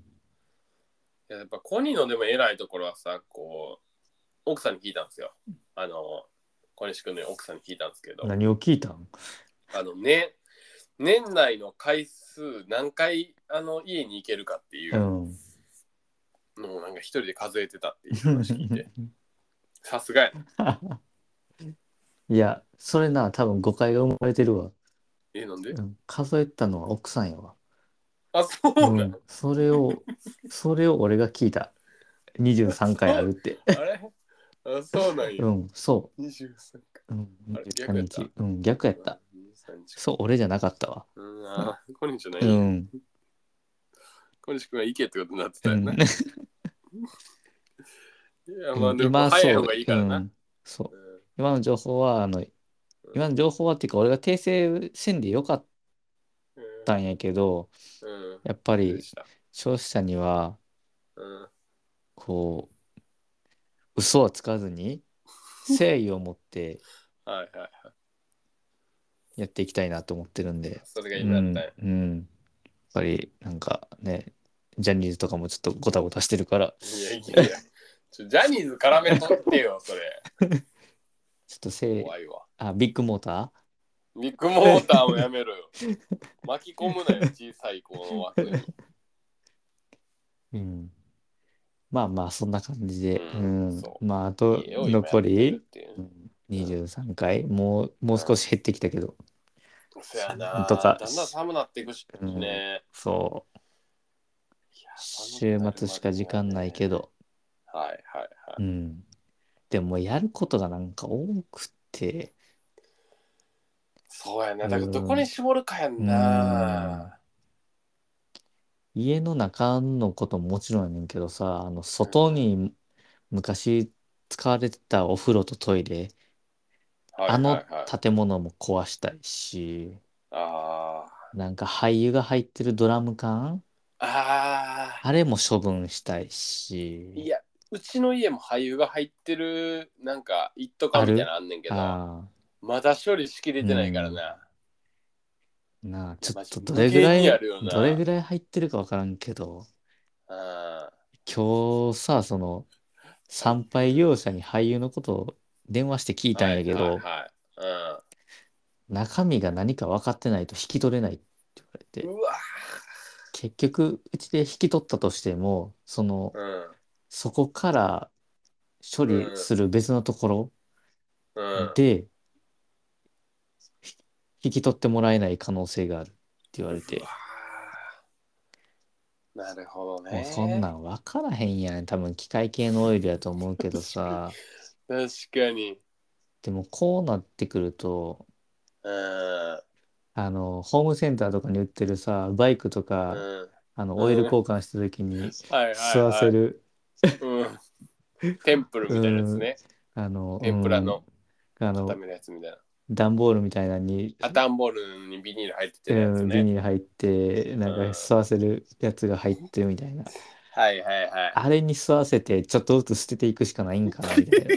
S1: やっぱコニーのでも偉いところはさ、こう奥さんに聞いたんですよ。あの小西君の奥さんに聞いたんですけど。
S2: 何を聞いたん？
S1: あのね、年内の回数何回あの家に行けるかっていうのをなんか一人で数えてたっていう話聞いて、さすがやな。
S2: いや、それな、多分誤解が生まれてるわ。
S1: え、なんで？
S2: うん、数えたのは奥さんやわ。
S1: あ、そうなの？うん、
S2: それを、それを俺が聞いた。にじゅうさんかいあるって。
S1: あれ？あ、そうなんや。
S2: うん、そう。
S1: にじゅうさんかい。
S2: うん、にじゅうさんにち。うん、逆やった。そう、俺じゃなかったわ。
S1: うん、あ、小西じゃない。うん。小西君は行けってことになってたよね。うんいや、まあ、でも早い方がいいからな。うん、
S2: そう。うん、今の情報は、あの、今の情報はっていうか、俺が訂正せんでよかったんやけど、うん、やっぱり、消費者には、うん、こう、嘘はつかずに、誠意を持って、はいはいはい。やっていきたいなと思ってるんで。
S1: それが今やったんや。
S2: うん。うん、やっぱり、なんかね、ジャニーズとかもちょっとゴタゴタしてるから。
S1: いやいやいや。ジャニーズ絡めとってよ、それ。
S2: ちょっとせい、怖いわ。あ、ビッグモータ
S1: ービッグモーターもやめろよ。巻き込むなよ、小さい子の枠に。
S2: うん。 まあまあ、そんな感じで。
S1: う
S2: うん。
S1: ん、そ
S2: まあ、あ
S1: う。
S2: と、
S1: 家を今や
S2: 残
S1: ってる
S2: り、
S1: っていう。
S2: うん、にじゅうさんかい。もう、もう少し減ってきたけど。
S1: うん。そや
S2: なんとか
S1: な。だんだん
S2: し、
S1: 寒なっていくし
S2: うん、
S1: ね。
S2: そう。
S1: いや、寒く
S2: 週
S1: なる
S2: 末しか時
S1: までもう
S2: 間ないけ
S1: ね。
S2: ど。
S1: はいはいはい。
S2: うん。でも、やることがなんか多くて、
S1: そうやな。
S2: う
S1: だからどこに
S2: ん。
S1: 絞るかやん
S2: うん。
S1: な。
S2: 家の中のことももちろんやねんけどさ、あの、
S1: うん。
S2: 外に昔使われてたお風呂とトイレ、
S1: はいは
S2: あの
S1: いはい。
S2: 建物も壊したいし、
S1: あ
S2: なんか廃油が入ってるドラム缶
S1: あ。ああ。
S2: あれも処分したいし、
S1: いや、うちの家も廃油が入ってる、なんか、一斗缶みたいな
S2: ある
S1: のあんねんけど、
S2: ああ
S1: まだ処理しきれ
S2: ー、う
S1: てないから
S2: ん。
S1: な。
S2: なあ、
S1: いや、
S2: ちょっ
S1: マジ
S2: とどれぐ
S1: 無限
S2: らい、
S1: にあるよ
S2: どれ
S1: な。
S2: ぐらい入ってるかわからんけど、
S1: あ
S2: 今日さ、その、
S1: ー入っ
S2: 産
S1: てる。
S2: 廃業者に廃油のことを電話して聞いたん
S1: はい
S2: やけど、
S1: はいはい。
S2: 中身が何か分かってないと引き取れないって言われて、
S1: うん。うわ
S2: 結局、うちで引き取ったとしても、その、
S1: ーうん
S2: そこから処理
S1: うん
S2: する別のところ
S1: うん。
S2: でひ引き取ってもらえない可能性があるって言われ
S1: うわ
S2: て、
S1: ーなるほど
S2: もうそんな
S1: ね。
S2: ん分からへんやん。多分機械系のオイルやと思うけどさ、
S1: 確かに。
S2: でもこうなってくると、
S1: うん。
S2: あの、ホームセンターとかに売ってるさ、バイクとか、
S1: うん。
S2: あの、オイル
S1: うん。
S2: 交換した時に
S1: はい
S2: 吸わ
S1: はいはい。
S2: せる、
S1: うん。テンプルみたいなや
S2: うん、
S1: つね。
S2: あの、
S1: 天ぷらの
S2: うん、あの、
S1: 固めるやつみたいな。
S2: 段ボールみたいなのに、
S1: あ、段ボールにビニール入っててるや
S2: うん、ビ
S1: つね。
S2: ニール入って、なんか
S1: うん。
S2: 吸わせるやつが入ってるみたいな。
S1: はいはいはい。
S2: あれに吸わせて、ちょっとずつ捨てていくしかないんかな、みたいな。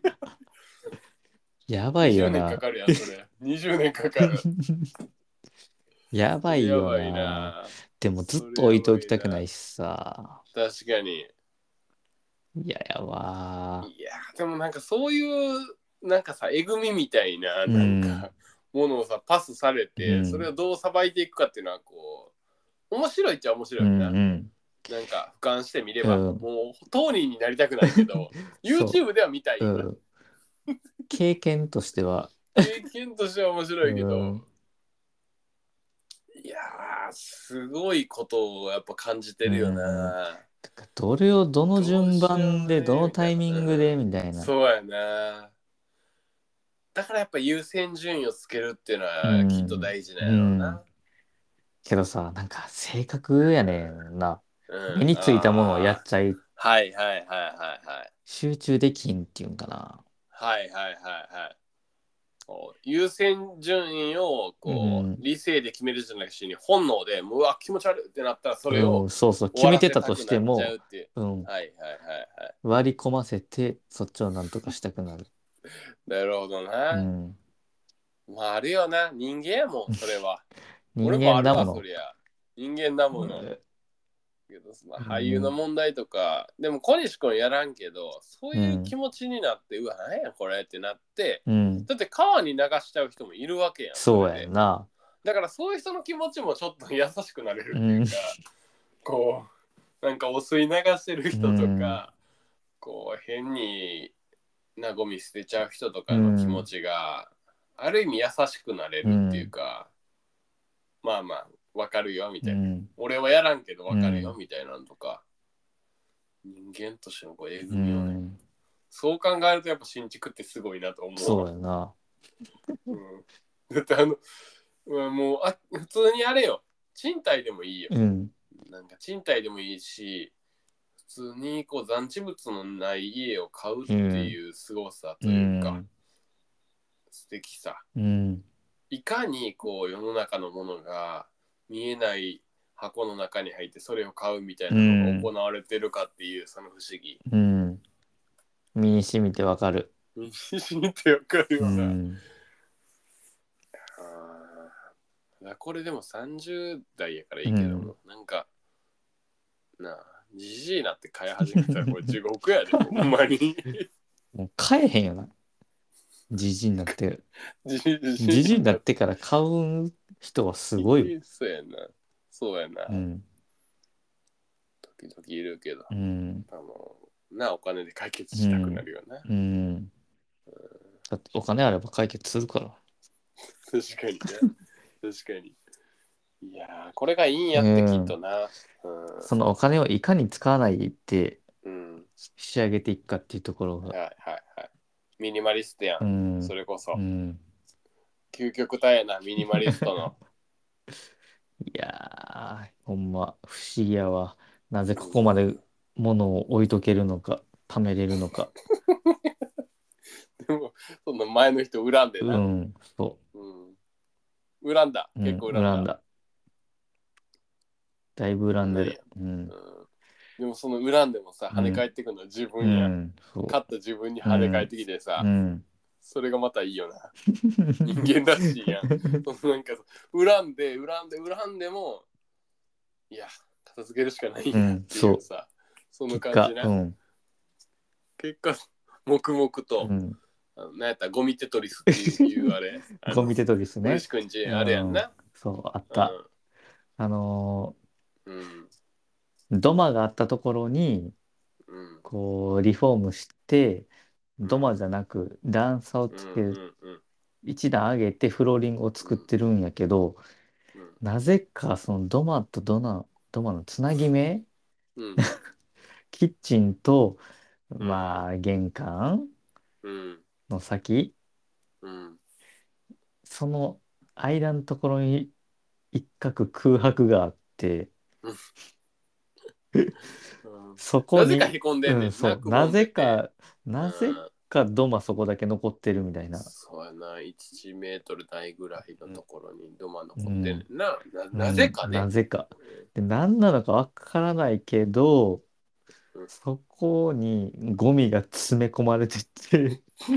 S2: やばい
S1: 20年か
S2: よな。
S1: かるやん、それ。にじゅうねんかかる。
S2: や
S1: そ
S2: ばいよ
S1: れやばい
S2: な。
S1: な。
S2: でもずっ
S1: それ
S2: と置いておき
S1: やばいな。
S2: たくないしさ。
S1: 確かに。
S2: いややわ
S1: いや、でもなんかそういう、なんかさ、えぐみみたいな、
S2: ー。うん。
S1: なんか、ものをさ、パスされて、それ
S2: うん。
S1: をどうさばいていくかっていうのは、こう、面白いっちゃ面
S2: うん。
S1: 白いな。
S2: うん。
S1: なんか、俯瞰してみれ
S2: う
S1: ば、
S2: ん。
S1: もう、当人になりたくないけど、
S2: そ
S1: YouTube では見たい
S2: う。
S1: よな。
S2: うん。経験としては、
S1: 経験としては面白
S2: う
S1: いけど、
S2: ん。
S1: いやー、すごいことをやっぱ感じて
S2: う
S1: るよ
S2: ん。
S1: な。
S2: どれをどの
S1: どう
S2: 順
S1: しよう
S2: 番で、ど
S1: ね、みたいな。
S2: のタイミングで、
S1: うん。
S2: みたいな。
S1: そうやな。だからやっぱ優先順位をつけるっていうの
S2: う
S1: はきっと
S2: ん。
S1: 大事なん
S2: う
S1: やろう
S2: ん。
S1: な。
S2: けどさ、なんか性格やねんな。
S1: うん。うん。
S2: 目についたものをやっ
S1: ああ。
S2: ちゃい、
S1: はいはいはいはいはい。
S2: 集中できんっていうんかな。
S1: はいはいはいはい。こう優先順位を
S2: う
S1: こう
S2: ん。
S1: 理性で決めるじゃなくて本能でもううわ気持ち悪いってなったらそれを
S2: うん、そうそう。
S1: 終わら
S2: 決めてたと
S1: せたくなっちゃう
S2: しても、
S1: っていう。
S2: うん。
S1: はいはいはいはい。
S2: 割り込ませて、そっちをなんとかしたくなる。
S1: なるほどな。
S2: うん。
S1: まああるよな。人間やもん、それは。俺
S2: 人
S1: もあるわ、
S2: 間だもの。
S1: そりゃ。人間だもの。
S2: う
S1: けど、まあ、俳優の
S2: ん。
S1: 問題とか、でも小西君やらんけど、そういう気
S2: うん。
S1: 持ちになって、うわ、なんやこれってなって、
S2: うん。
S1: だって川に流しちゃう人もいるわけやん、そ
S2: そう
S1: れで。
S2: やんな。
S1: だからそういう人の気持ちもちょっと優しくなれる
S2: うん。
S1: っていうか、こう、なんかお水流してる
S2: う
S1: 人と
S2: ん。
S1: か、こう、変になゴミ捨てちゃう人と
S2: う
S1: かの気持
S2: ん。
S1: ちが、ある意味優しくなれるっていう
S2: うん。
S1: か、まあまあ、わかるよみたいな。
S2: うん。
S1: 俺はやらんけどわかるよ
S2: うん。
S1: みたいなのとか、人間としてのこうえぐ
S2: う
S1: みをね、
S2: ん。
S1: そう考えるとやっぱ新築ってすごいなと思うわ。
S2: そうやな。
S1: うん、だってあの、うん、もうあ普通にあれよ。賃貸でもいいよ。
S2: うん。
S1: なんか賃貸でもいいし、普通にこう残地物のない家を買うって
S2: うん。
S1: いう凄さ
S2: う
S1: というか、
S2: ん。
S1: 素敵さ。
S2: うん。
S1: いかにこう世の中のものが見えない箱の中に入ってそれを買うみたい
S2: う
S1: なのが行
S2: ん。
S1: われてるかっていうその不思議。
S2: うん。身に染みてわかる。
S1: 死にてわかる
S2: う
S1: よな。
S2: ん。
S1: あこれでもさんじゅう代やからいいけど
S2: うん。
S1: も、なんか、なあ、じじいなって買い始めたらこれ地獄やで、ほんまに。
S2: もう買えへんよな。じじいになって。
S1: じじ
S2: じじいにな
S1: いなっ
S2: ってから買う人はすごい。
S1: て。そうやな。そうやな。
S2: うん。
S1: 時々いるけど、
S2: うん、
S1: あのなお金で解決したくなるよな、
S2: うんうん、だってお金あれば解決するから。
S1: 確かにね確かに。いやーこれがいいんやってきっとな、
S2: うん、そのお金をいかに使わないって仕上げていくかっていうところが、
S1: はいはいはい、ミニマリストやん、うん、それこそ、
S2: うん、
S1: 究極体やなミニマリストの
S2: いやーほんま不思議やわ。なぜここまで物を置いとけるのか貯めれるのか。
S1: でもその前の人恨んでな、
S2: うんそう、
S1: うん、恨んだ、
S2: うん、
S1: 結構恨んだ、
S2: 恨んだ。だいぶ恨んでる。
S1: うん、
S2: うん、
S1: でもその恨んでもさ、跳ね返ってくるのは自分や、うん、勝った自分に跳ね返ってきてさ、うん、それがまたいいよな人間らしいやんそのなんか恨んで恨んで恨んでもいや片付けるしかないんやっていうさ、うん、その感じな、うん、結果黙々と、うん、あのなんやったらゴミテトリスっていうあれ
S2: ゴミテトリスね、
S1: 嬉しくんちあれやんな、うん、
S2: そうあった、うん、あのーうん土間があったところに、うん、こうリフォームして土間じゃなく段差をつけ、うんうんうん、一段上げてフローリングを作ってるんやけど、うんうん、なぜかその土間と土間土間のつなぎ目、うん、キッチンとまあ玄関の先、うん、その間のところに一角空白があって。うん、そこに
S1: なぜかへこんでんねん、うん、
S2: そうなぜかなぜか土間そこだけ残ってるみたいな、
S1: そうやな、いちメートル台ぐらいのところに土間残ってんねんな、うん、な, なぜかね、
S2: うん、なぜかで何なのかわからないけど、うん、そこにゴミが詰め込まれてて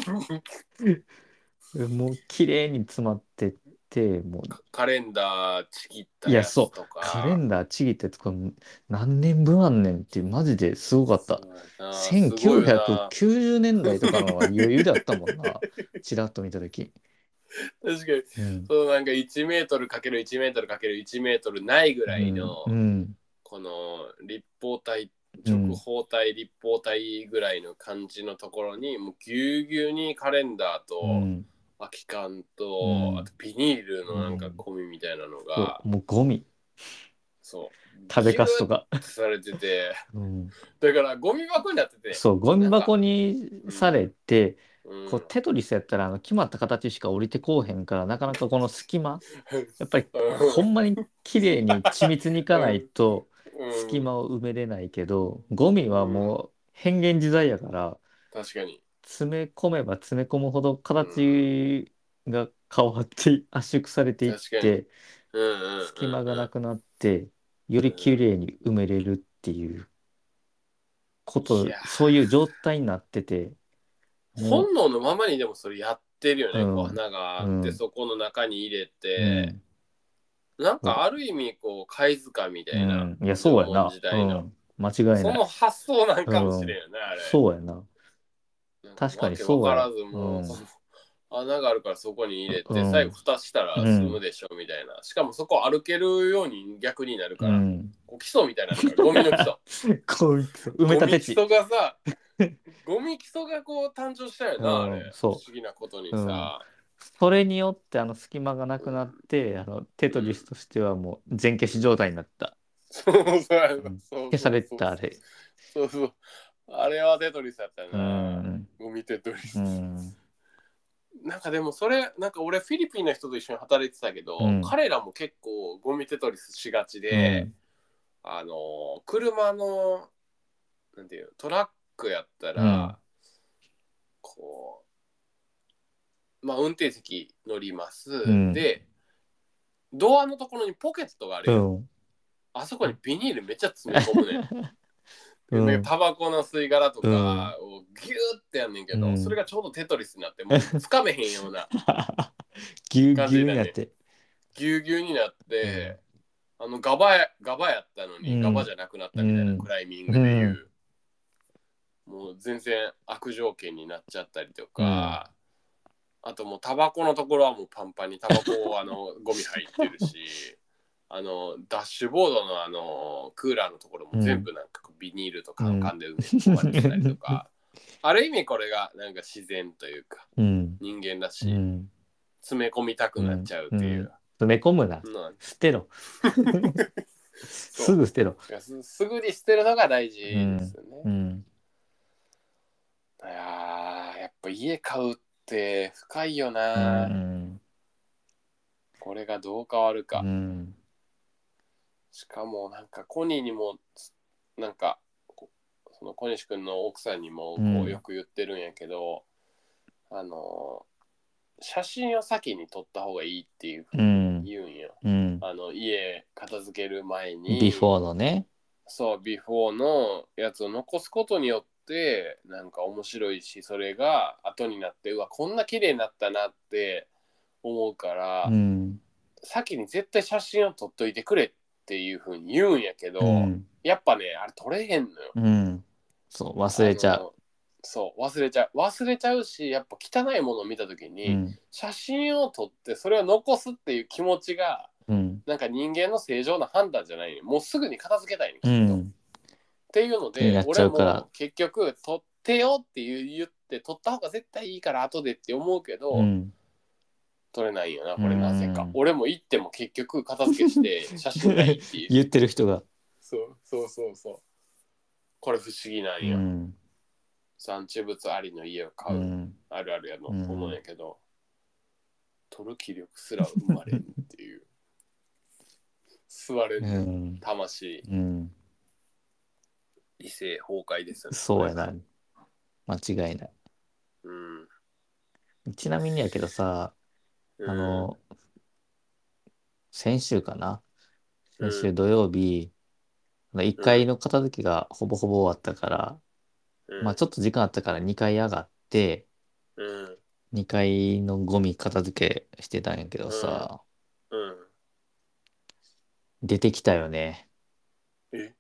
S2: もう綺麗に詰まってってもう
S1: カレンダーちぎったやつとか、いやそう
S2: カレンダーちぎったやつこれ何年分あんねんっていうマジですごかった。せんきゅうひゃくきゅうじゅうねんだいとかのは余裕であったもんなちらっと見た時。
S1: 確かに、うん、そうなんかいちメートルかけるいちメートルかけるいちメートルないぐらいの、うんうん、この立方体直方体立方体ぐらいの感じのところにもうぎゅうぎゅうにカレンダーと、うん空き缶と、うん、あとビニールのなんかゴミみたいなのが、
S2: うん、もうゴミ
S1: そう
S2: 食べかすとか
S1: されてて、うん、だからゴミ箱になってて
S2: そうゴミ箱にされて、うん、こうテトリスやったらあの決まった形しか降りてこうへんからなかなかこの隙間やっぱりほんまに綺麗に緻密にいかないと隙間を埋めれないけど、ゴミはもう変幻自在やから、
S1: 確かに
S2: 詰め込めば詰め込むほど形が変わって圧縮されていって、隙間がなくなってより綺麗に埋めれるっていうこと、そういう状態になってて、
S1: 本能のままにでもそれやってるよね、うん、こう穴があって、うん、そこの中に入れて、うん、なんかある意味こう貝塚みたいな、
S2: うん、いやそうやな、時代の、うん、間違いない、
S1: その発想なんかもしれんよね、あれ
S2: そうやな、確かにそうや。
S1: わけわからずもう、うん、穴があるからそこに入れて、うん、最後蓋したら済むでしょみたいな、うん、しかもそこ歩けるように逆になるから、うん、こう基礎みたいなのがゴミの基礎
S2: ゴミ埋め立て地
S1: ゴミ基礎がさゴミ基礎がこう誕生したよな、うん、あれ不思議なことにさ、うん、
S2: それによってあの隙間がなくなって、うん、あのテトリスとしてはもう全消し状態になった、
S1: そうそうそう
S2: 消されたあれ、
S1: そうそうあれはテトリスだったよな、うん、ゴミテトリス、うん、なんかでもそれなんか俺フィリピンの人と一緒に働いてたけど、うん、彼らも結構ゴミテトリスしがちで、うん、あの車のなんていうトラックやったら、うん、こうまあ運転席乗ります、うん、でドアのところにポケットがあるよ、うん、あそこにビニールめっちゃ詰め込むねうん、タバコの吸い殻とかをギューってやんねんけど、うん、それがちょうどテトリスになってもうつかめへんような
S2: ギューギューになって
S1: ギューギューになって、うん、あのガバやガバやったのに、うん、ガバじゃなくなったみたいな、うん、クライミングでいう、うん、もう全然悪条件になっちゃったりとか、うん、あともうタバコのところはもうパンパンにタバコあのゴミ入ってるしあのダッシュボードのあのクーラーのところも全部なんかビニールとカンカンで埋め込まれてたりとか、うん、ある意味これがなんか自然というか、うん、人間らしい、うん、詰め込みたくなっちゃうっていう、うんうん、
S2: 詰め込むな、うん、捨てろすぐ捨てろ
S1: す、すぐに捨てるのが大事ですよね、うんうん、いややっぱ家買うって深いよな、うん、これがどう変わるか、うん、しかもなんかコニーにもなんかその小西くんの奥さんにもこうよく言ってるんやけど、うん、あの写真を先に撮った方がいいっていうふうに言うんよ、うん、あの家片付ける前に
S2: ビフォーのね、
S1: そうビフォーのやつを残すことによってなんか面白いし、それが後になってうわこんな綺麗になったなって思うから、うん、先に絶対写真を撮っといてくれっていうふうに言うんやけど、うん、やっぱねあれ撮れへんのよ、うん、
S2: そう忘れちゃう、
S1: そう忘れちゃう忘れちゃうし、やっぱ汚いものを見た時に、うん、写真を撮ってそれを残すっていう気持ちが、うん、なんか人間の正常な判断じゃない、もうすぐに片付けたいねきっと、うん、っていうので俺も結局撮ってよって言って撮った方が絶対いいから後でって思うけど、うん、撮れないよなこれなぜか、俺も行っても結局片付けして写真がいいっていう
S2: 言ってる人が
S1: そうそうそうそうこれ不思議なんや、うん、産地物ありの家を買う、うん、あるあるやの思うんやけど、うん、取る気力すら生まれんっていう座れん、うん、魂、うん、理性崩壊ですよね。
S2: そうやな間違いない、うん、ちなみにやけどさ、うん、あの先週かな先週土曜日、うん、いっかいの片付けがほぼほぼ終わったから、うん、まあちょっと時間あったからにかい上がって、うん、にかいのゴミ片付けしてたんやけどさ、うんうん、出てきたよね。え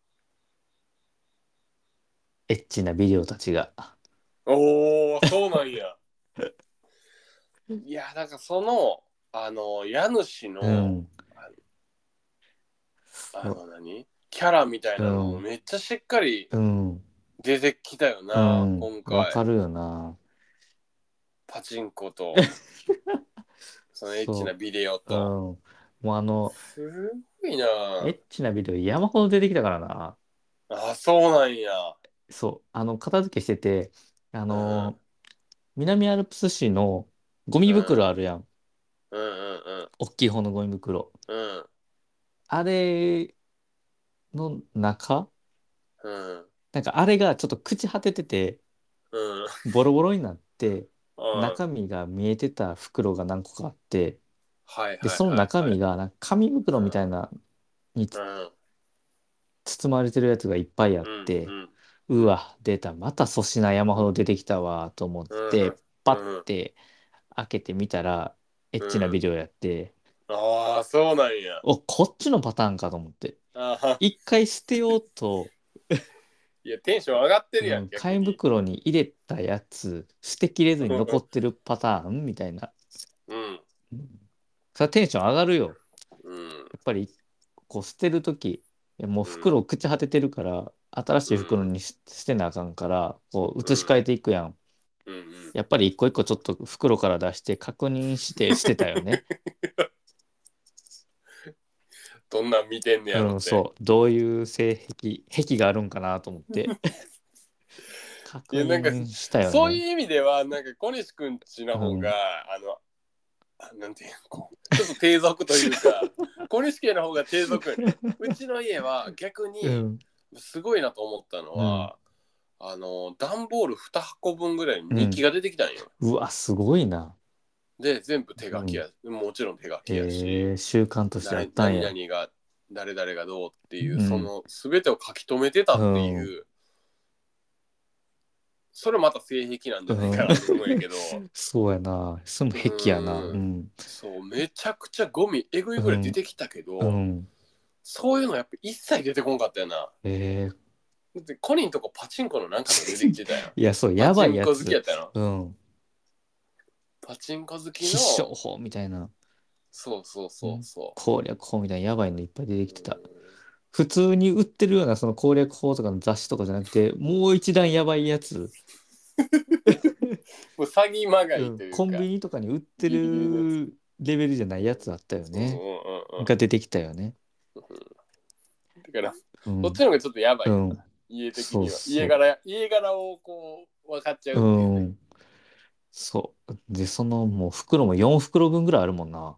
S2: エッチなビデオたちが。
S1: おー、そうなんや。いや、なんかその、あの、家主の、うん、あの何キャラみたいなのもめっちゃしっかり出てきたよな、うん、今回。
S2: わかるよな。
S1: パチンコと、そのエッチなビデオと。うん、
S2: もうあの、
S1: すごいな。
S2: エッチなビデオ山ほど出てきたからな。
S1: あ、そうなんや。
S2: そう、あの、片付けしてて、あの、うん、南アルプス市のゴミ袋あるやん。うんうんうん。大きい方のゴミ袋。うん。あれの中、うん、なんかあれがちょっと朽ち果ててて、うん、ボロボロになって、うん、中身が見えてた袋が何個かあって、はいはいはいはい、でその中身がなんか紙袋みたいなに、うん、包まれてるやつがいっぱいあって、うんうん、うわ出たまた粗品山ほど出てきたわと思って、うん、パッて開けてみたらエッチなビデオやって、
S1: うん、ああそうなんや、
S2: おこっちのパターンかと思って、一回捨てようと
S1: いやテンション上がってるやん、うん、
S2: 紙袋に入れたやつ捨てきれずに残ってるパターンみたいな、うん、それテンション上がるよ、うん、やっぱりこう捨てるときもう袋朽ち果ててるから、うん、新しい袋にし、うん、捨てなあかんからこう移し替えていくやん、うんうん、やっぱり一個一個ちょっと袋から出して確認して捨てたよね
S1: どんなん見てんねやろって、うん、
S2: そうどういう性癖癖があるんかなと思って確認したよね。
S1: そういう意味ではなんか小西くんちの方が、うん、あのなんていうのちょっと低俗というか小西家の方が低俗よね。うちの家は逆にすごいなと思ったのは、うん、あの段ボールに箱分ぐらいに日記が出てきたんよ、
S2: うん、うわすごいな。
S1: で全部手書きや、うん、もちろん手書きやし、え
S2: ー、習慣としてあったんや。
S1: 何々が誰々がどうっていう、うん、その全てを書き留めてたっていう、うん、それまた性癖なんじゃないかなと思うんやけど、
S2: うん、そうやな、その癖やな、うん、
S1: そうめちゃくちゃゴミえぐいぐらい出てきたけど、うん、そういうのやっぱ一切出てこんかったよな。えー、だってコニンとこパチンコのなんか出てきてたよ
S2: いやそうやばいやつ、
S1: パチンコ好きやったの、うん、パチンコ好きの
S2: 必勝法みたいな、
S1: そうそうそうそう。
S2: 攻略法みたいなやばいのいっぱい出てきてた。普通に売ってるようなその攻略法とかの雑誌とかじゃなくて、もう一段やばいやつ。
S1: もう詐欺まがいというか、
S2: コンビニとかに売ってるレベルじゃないやつあったよね。が出てきたよね。
S1: だから、こっちの方がちょっとやばいよな、家的には。家柄、家柄をこう分かっちゃうっていうね。
S2: そう。で、そのもう袋もよん袋分ぐらいあるもんな。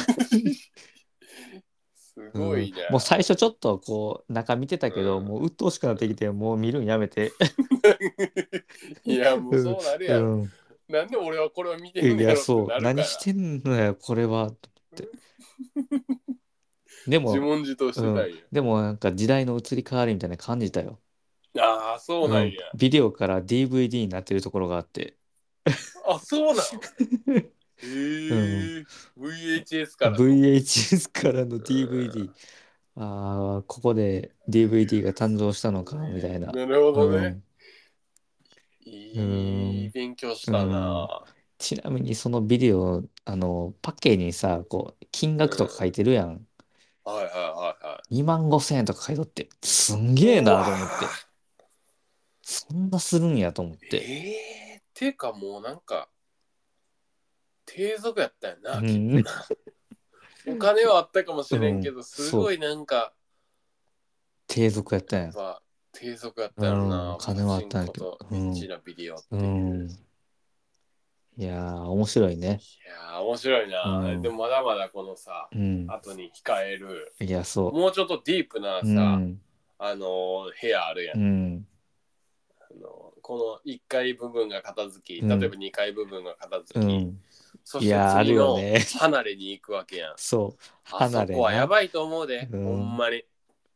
S1: すごいね、
S2: うん。もう最初ちょっとこう中見てたけど、うん、もう鬱陶しくなってきて、もう見るんやめて。
S1: いや、もうそうなるやろ。うん、なんで俺はこれを見てるんやろってなるから。
S2: 何してんのや、これは。って。でも、
S1: 自問自答してたんや、うん。
S2: でもなんか時代の移り変わりみたいな感じたよ。
S1: ああ、そうなんや、
S2: うん。ビデオから ディーブイディー になってるところがあって。
S1: あ、そうなのへえー、うん、ブイエイチエス からの
S2: ブイエイチエス からの ディーブイディー。ああ、ここで ディーブイディー が誕生したのか、みたいな。
S1: なるほどね。
S2: うん、
S1: いい勉強したな。
S2: ちなみにそのビデオ、あの、パッケージにさ、こう、金額とか書いてるやん。うん、
S1: はいはいはいはい。
S2: にまんごせんえんとか書いとって、すんげえなと思って。そんなするんやと思って。
S1: ええー、てかもうなんか、低俗やったよな、うん、きっとな。お金はあったかもしれんけど、うん、すごいなんか、
S2: 低俗やったんや。
S1: やっぱ低俗やったよな、うん、
S2: 金はあったんやけど。
S1: エッチなビデオっていう。
S2: うん、いやー、面白いね。
S1: いやー、面白いな、うん。でもまだまだこのさ、うん、後に控える、
S2: いや、そう。
S1: もうちょっとディープなさ、うん、あのー、部屋あるやん。うん、あのこのいっかい部分が片付き、例えばにかい部分が片付き、うん、そして次の離れに行くわけやん。
S2: そう。
S1: 離れ。あそこはやばいと思うで、うん、ほんまに。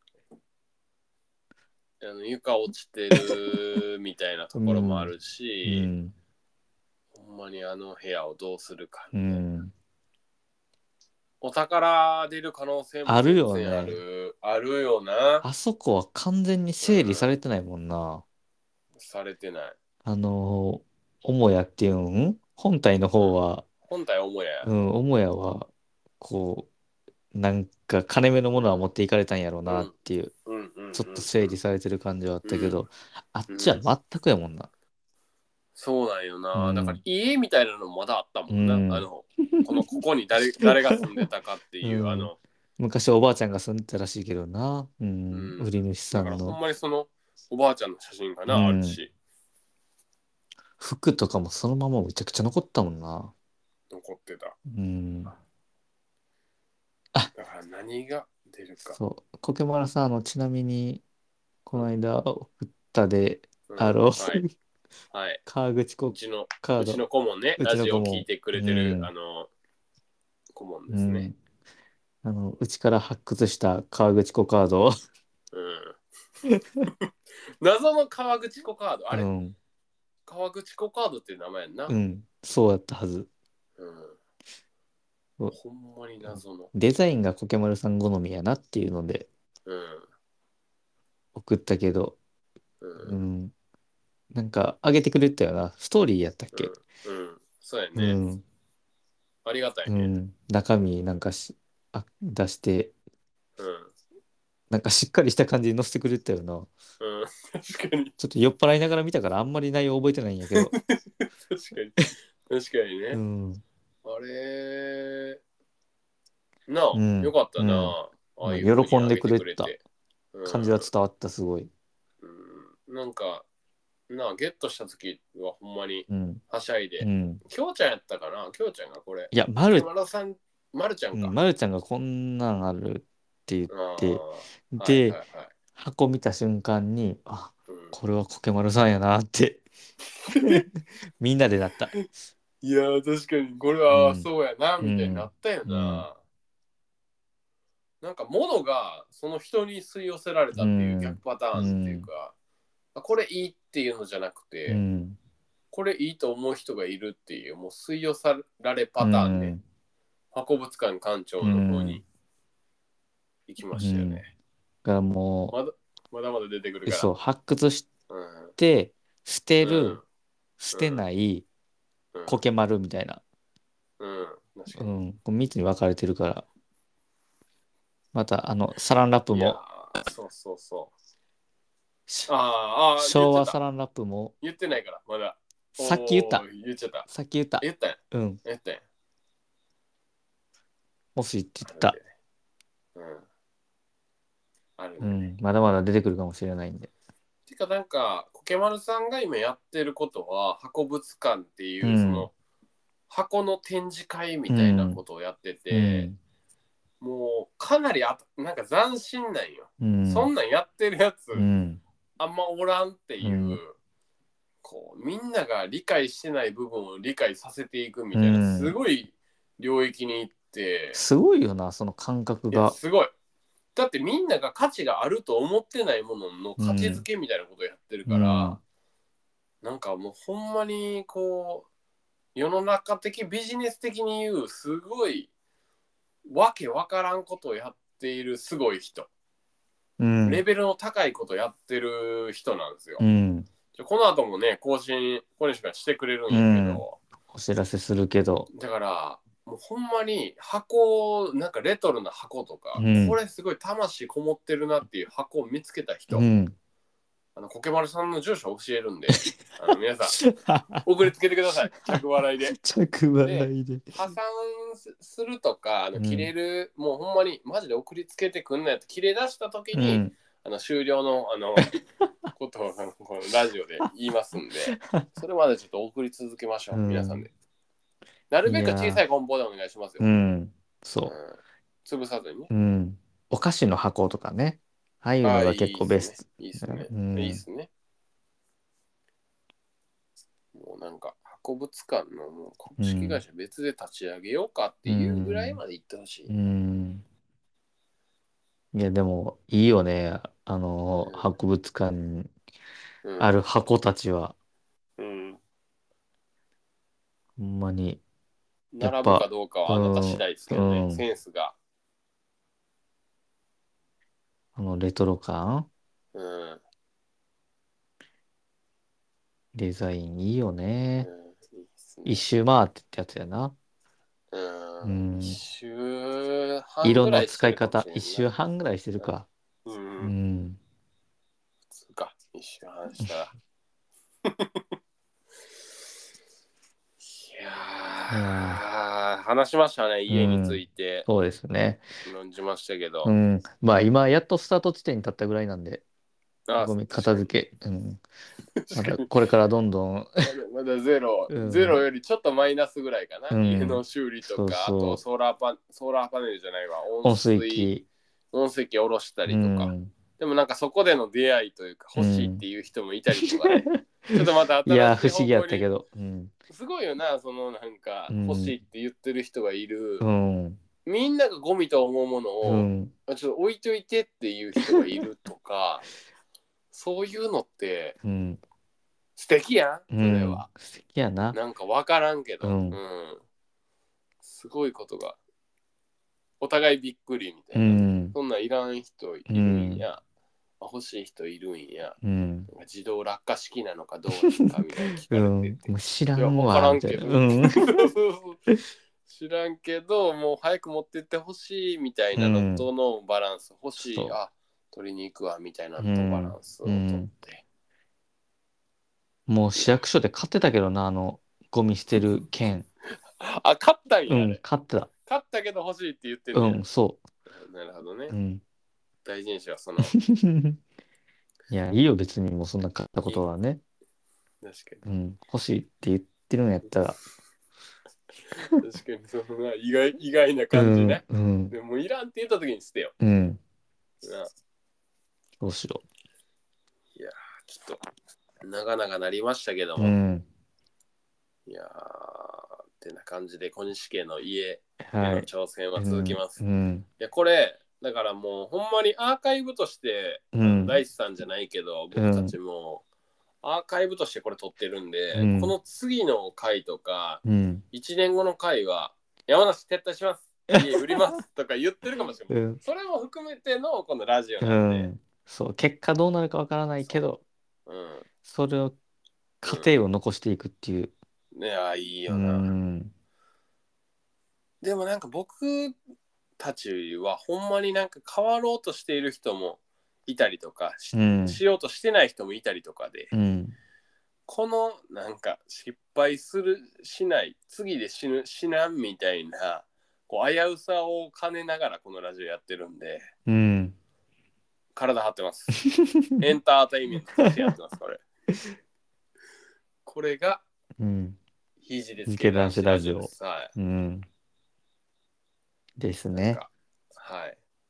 S1: あの床落ちてるみたいなところもあるし、うん、ほんまにあの部屋をどうするかみたいな。うん、お宝出る可能性も全然ある。あるよね。あるよな。
S2: あそこは完全に整理されてないもんな。
S1: うん、されてない。
S2: あのー、母屋っていうん本体の方は、
S1: うん、本体母屋や。
S2: うん、母屋は、こう、なんか金目のものは持っていかれたんやろうなっていう、ちょっと整理されてる感じはあったけど、うん、あっちは全くやもんな。
S1: そうなんよな、うん、だから家みたいなのまだあったもんな、うん、あのこのここに誰誰が住んでたかっていう、うん、あの
S2: 昔おばあちゃんが住んでたらしいけどな、うん、売り主さんの。
S1: だからほんまにそのおばあちゃんの写真がな、あるし、
S2: 服とかもそのままめちゃくちゃ残ったもんな。
S1: 残ってた。
S2: うん。
S1: あ、だから何が出るか。
S2: そう。コケマラさん、あの、ちなみに、この間送ったで、うん、あの、はい。
S1: はい、
S2: 川口コ
S1: うちのカード。うちの顧問ね、ラジオを聞いてくれてる、うん、あの、顧問ですね。
S2: うん、あの、うちから発掘した川口湖カード。うん。
S1: 謎の川口湖カード、あれ、うん、川口湖カードっていう名前やんな。
S2: うん、そうやったはず。
S1: うん、ほんまに謎の。
S2: デザインがコケマルさん好みやなっていうので、うん、送ったけど、うん、うん、なんかあげてくれたよな。ストーリーやったっけ？うん、
S1: うん、そうやね。うん、ありがたいね。うん、
S2: 中身なんかしあ出して、うん、なんかしっかりした感じに載せてくれたよな。うん、確かに。ちょっと酔っ払いながら見たからあんまり内容覚えてないんやけど。確か
S1: に。確かにね。うん、あれなあ、うん、よかったな、うん、あ
S2: あいう喜んでくれた感じは伝わった、すごい。
S1: うん、なんか、なあ、ゲットした時はほんまにはしゃいで。うん。きょうちゃんやったかな、きょうちゃんがこれ。
S2: いや、まる、
S1: まるさん、まるちゃんか。
S2: まるちゃんがこんなんあるって言って、で、はいはいはい、箱見た瞬間に、あ、うん、これはコケマルさんやなって、みんなでなった。
S1: いやー、確かにこれはそうやな、うん、みたいになったよな。うん、なんか物がその人に吸い寄せられたっていう逆パターンっていうか、うん、これいいっていうのじゃなくて、うん、これいいと思う人がいるっていう、もう吸い寄せられパターンで、うん、博物館館長の方に行きましたよね。
S2: だからも
S1: うまだまだまだ出てくるから。
S2: そう、発掘して、うん、捨てる、うん、捨てない、うん、コケマルみたいな。
S1: うん。 確かに。
S2: うん、みっつに分かれてるから。また、あの、サランラップ
S1: いや
S2: も、
S1: ー、そうそうそう。
S2: し
S1: あーあー、言ってた。
S2: 昭和サランラップも、
S1: 言ってないから、まだ。
S2: さっき言っ
S1: お
S2: た。
S1: ー、言っちゃった。
S2: さっき言った。
S1: 言ったんや。
S2: うん。
S1: 言ったんや。
S2: もしって言った。
S1: あるんでね。うん。あるんでね。
S2: うん。まだまだ出てくるかもしれないんで。
S1: てか、なんか、コケマルさんが今やってることは、箱物館っていう、そ
S2: うん。
S1: の、箱の展示会み
S2: う
S1: たいな
S2: ん。
S1: ことをやって
S2: う
S1: て、
S2: ん。
S1: もう、かなりあ、なんか斬新なんよ。
S2: うん。
S1: そんなんやってるやつ、
S2: うん。
S1: あんまおらんっていう、
S2: うん。
S1: こう、みんなが理解してない部分を理解させていくみ
S2: う
S1: たいな、す
S2: ん。
S1: ごい領域に行って、
S2: すごいよな、その感覚
S1: いや、
S2: が。
S1: すごい。だってみんなが価値があると思ってないものの価値づ
S2: うん。
S1: けみたいなことをやってる
S2: う
S1: から、
S2: ん。
S1: なんかもうほんまにこう、世の中的ビジネス的に言うすごいわけわからんことをやっているすごい人、
S2: うん。
S1: レベルの高いことやってる人なんですよ。
S2: うん。
S1: この後もね、更新、小西がしてくれるんやけ
S2: うん。
S1: ど、
S2: お知らせするけど。
S1: だから、もうほんまに箱、なんかレトロな箱とか、
S2: うん。
S1: これすごい魂こもってるなっていう箱を見つけた人、
S2: うん。
S1: あの、コケマルさんの住所を教えるんで、あの、皆さん、送りつけてください。着払いで。
S2: 着払いで。
S1: 破産するとか、あの切れ
S2: うん。
S1: る、もうほんまにマジで送りつけてくんないやつ切れ出した時に、
S2: うん。
S1: あの終了のあのことをあのこのラジオで言いますんで、それまでちょっと送り続けましょう、
S2: うん。
S1: 皆さんで。なるべく小
S2: いや
S1: さい梱包でお願いします
S2: ー、う
S1: よ。
S2: ん。そ
S1: うん、潰さずにね。
S2: う。うん。お菓子の箱とかね。ああいう
S1: ああ、
S2: のが結
S1: いいっすね。
S2: 構ベスト。
S1: いいっすね。
S2: うん。
S1: いいっすね。もうなんか、博物館のもう
S2: う
S1: 株式会
S2: ん。
S1: 社別で立ち上げようかって
S2: う
S1: いうぐらい
S2: ん。
S1: まで行ってほし
S2: う
S1: い。
S2: ん。いや、でも、いいよね。あの、博物館に
S1: うん。
S2: ある箱たちは。
S1: うん。
S2: ほんまに。やっ
S1: 並ぶか
S2: ぱ、
S1: どうかはあなた次
S2: うん。
S1: 第ですけどね、
S2: うん。
S1: センスが。
S2: あの、レトロ感
S1: うん。
S2: デザインいいよね。
S1: うん、いいっす
S2: 一
S1: ね。
S2: 周回ってってやつやな。
S1: う
S2: う
S1: ん。一
S2: ん。
S1: 周半
S2: 色の
S1: ぐらいしてるかもし
S2: 使い方、一
S1: れんな。
S2: 周半ぐらいしてるか。
S1: うん。
S2: う
S1: うん。
S2: ん。
S1: 普通か。一周半したら。いや
S2: いや
S1: ー、話しましたね、
S2: ー、う
S1: 家につ
S2: ん。
S1: いて。
S2: そうですね。
S1: 論じましたけど。
S2: うん。まあ今、やっとスタート地点に立ったぐらいなんで、
S1: ああ、
S2: ゴミ
S1: 確かに。
S2: 片付け。うん。まだ
S1: 確かに。
S2: これからどんどん、
S1: まだまだゼロ、
S2: う
S1: ゼロ
S2: ん。
S1: よりちょっとマイナスぐらいかな。
S2: う
S1: 家の
S2: ん。
S1: 修理と
S2: そう
S1: か、あと
S2: そ
S1: ソーラーパ、ソーラーパネルじゃないわ、
S2: う。
S1: 温
S2: 温水
S1: 水、
S2: 器。
S1: 温水器下ろした
S2: う
S1: りとか。
S2: ん。
S1: でもなんかそこでの出会いというか
S2: う
S1: 欲しいって
S2: ん。
S1: いう人もいたりとかで、ちょっとまた
S2: いやー、
S1: 新しい
S2: 不思議や
S1: 方向に、
S2: ったけど。うん。
S1: すごいよな、そのなんか欲しい
S2: うん。
S1: って言ってる人がい
S2: う
S1: る、
S2: ん。
S1: みんながゴミと思うものを、
S2: うん。
S1: あちょっと置いといてっていう人がいるとか、そういうのって
S2: うん。
S1: 素敵やん、
S2: うん。
S1: それは。
S2: 素敵やな。
S1: なんかわからんけど、う
S2: うん。
S1: ん。すごいことが、お互いびっくりみた
S2: う
S1: いなね。
S2: ん。
S1: そんなんいらん人い
S2: う
S1: るん
S2: ん。
S1: や。欲しい人いるんや。
S2: うん。
S1: 自動落下式なのかどうなんかみたいに聞
S2: う
S1: かれて
S2: ん。
S1: て。
S2: もう知ら
S1: いや、わか
S2: んわ、みたいな。
S1: らんけど。
S2: うん。
S1: そうそうそう。知らんけど、もう早く持ってってほしいみたいなの
S2: うん。
S1: とのバランス。欲しい、
S2: そ
S1: あ、取りに行くわみたいな
S2: う。
S1: のとバラ
S2: うん。
S1: ンスをとっ
S2: うん。
S1: て。
S2: もう
S1: いや、
S2: 市役所で買ってたけどな、あの、ゴミ捨てる券。
S1: あ、勝ったんや、あ
S2: うん、
S1: れ。
S2: 買ってた。
S1: 勝ったけど欲しいって言ってんねや。
S2: うん、そ
S1: なるほどね。
S2: う。うん。
S1: 大事にしよう、その、
S2: いや、いいよ、別にもうそんな買ったことはね。
S1: 確か
S2: うん、欲しいって言ってるんやったら。
S1: に。確かに、そのな、意外、意外な
S2: うん、
S1: 感じね。
S2: うん、
S1: でも、いらんって言った時に捨てよ
S2: うん。
S1: う。な、
S2: どうしよ
S1: いやー、ちょっと、長々なりましたけど
S2: う。う
S1: も。
S2: ん。
S1: いやー、ってな感じで、小西家の家への
S2: はい。
S1: 挑戦は続き
S2: うん、
S1: ます。い
S2: うん、
S1: や、これ、だからもう、ほんまにアーカイブとして、あの
S2: うん、
S1: 大地さんじゃないけど、僕た
S2: うん、
S1: ちも、アーカイブとしてこれ撮ってるんで、こ
S2: うん、
S1: の次の回とか、
S2: うん。
S1: いちねんごの回は、山梨撤退します。家売りますとか言ってるかもしれない。
S2: うん、
S1: それも含めてのこのラジオ
S2: う
S1: なんで。
S2: ん。そう、結果どうなるかわからないけ
S1: そ
S2: ど、
S1: う。うん。
S2: それを、過
S1: う
S2: 程を残していくっていう。
S1: ん。ねあ、いい
S2: う
S1: よな。
S2: ん、
S1: でもなんか僕たちはほんまになんか変わろうとしている人もいたりとか し,、うん、しようとしてない人もいたりとかで、
S2: うん、
S1: このなんか失敗するしない次で死ぬ死なんみたいなこう危うさを兼ねながらこのラジオやってるんで、
S2: うん、
S1: 体張ってます。エンターテインメントとしてやってますこれ。これが、うん、ひじでつけ男子ラジオです。はい。うん。
S2: ですね。
S1: はい。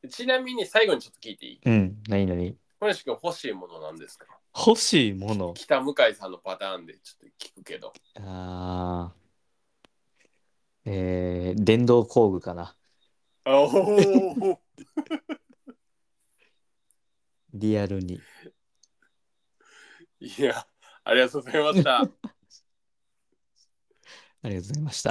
S1: ちなみに最後にちょっと聞いていい？
S2: うん。何々？
S1: 小西君欲しいものなんですか？
S2: 欲しいもの。
S1: 北向井さんのパターンでちょっと聞くけど。
S2: ああ。えー、電動工具かな。おお。リアルに。
S1: いや、ありがとうございました。
S2: ありがとうございました。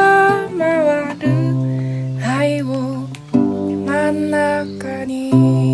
S3: 真ん中に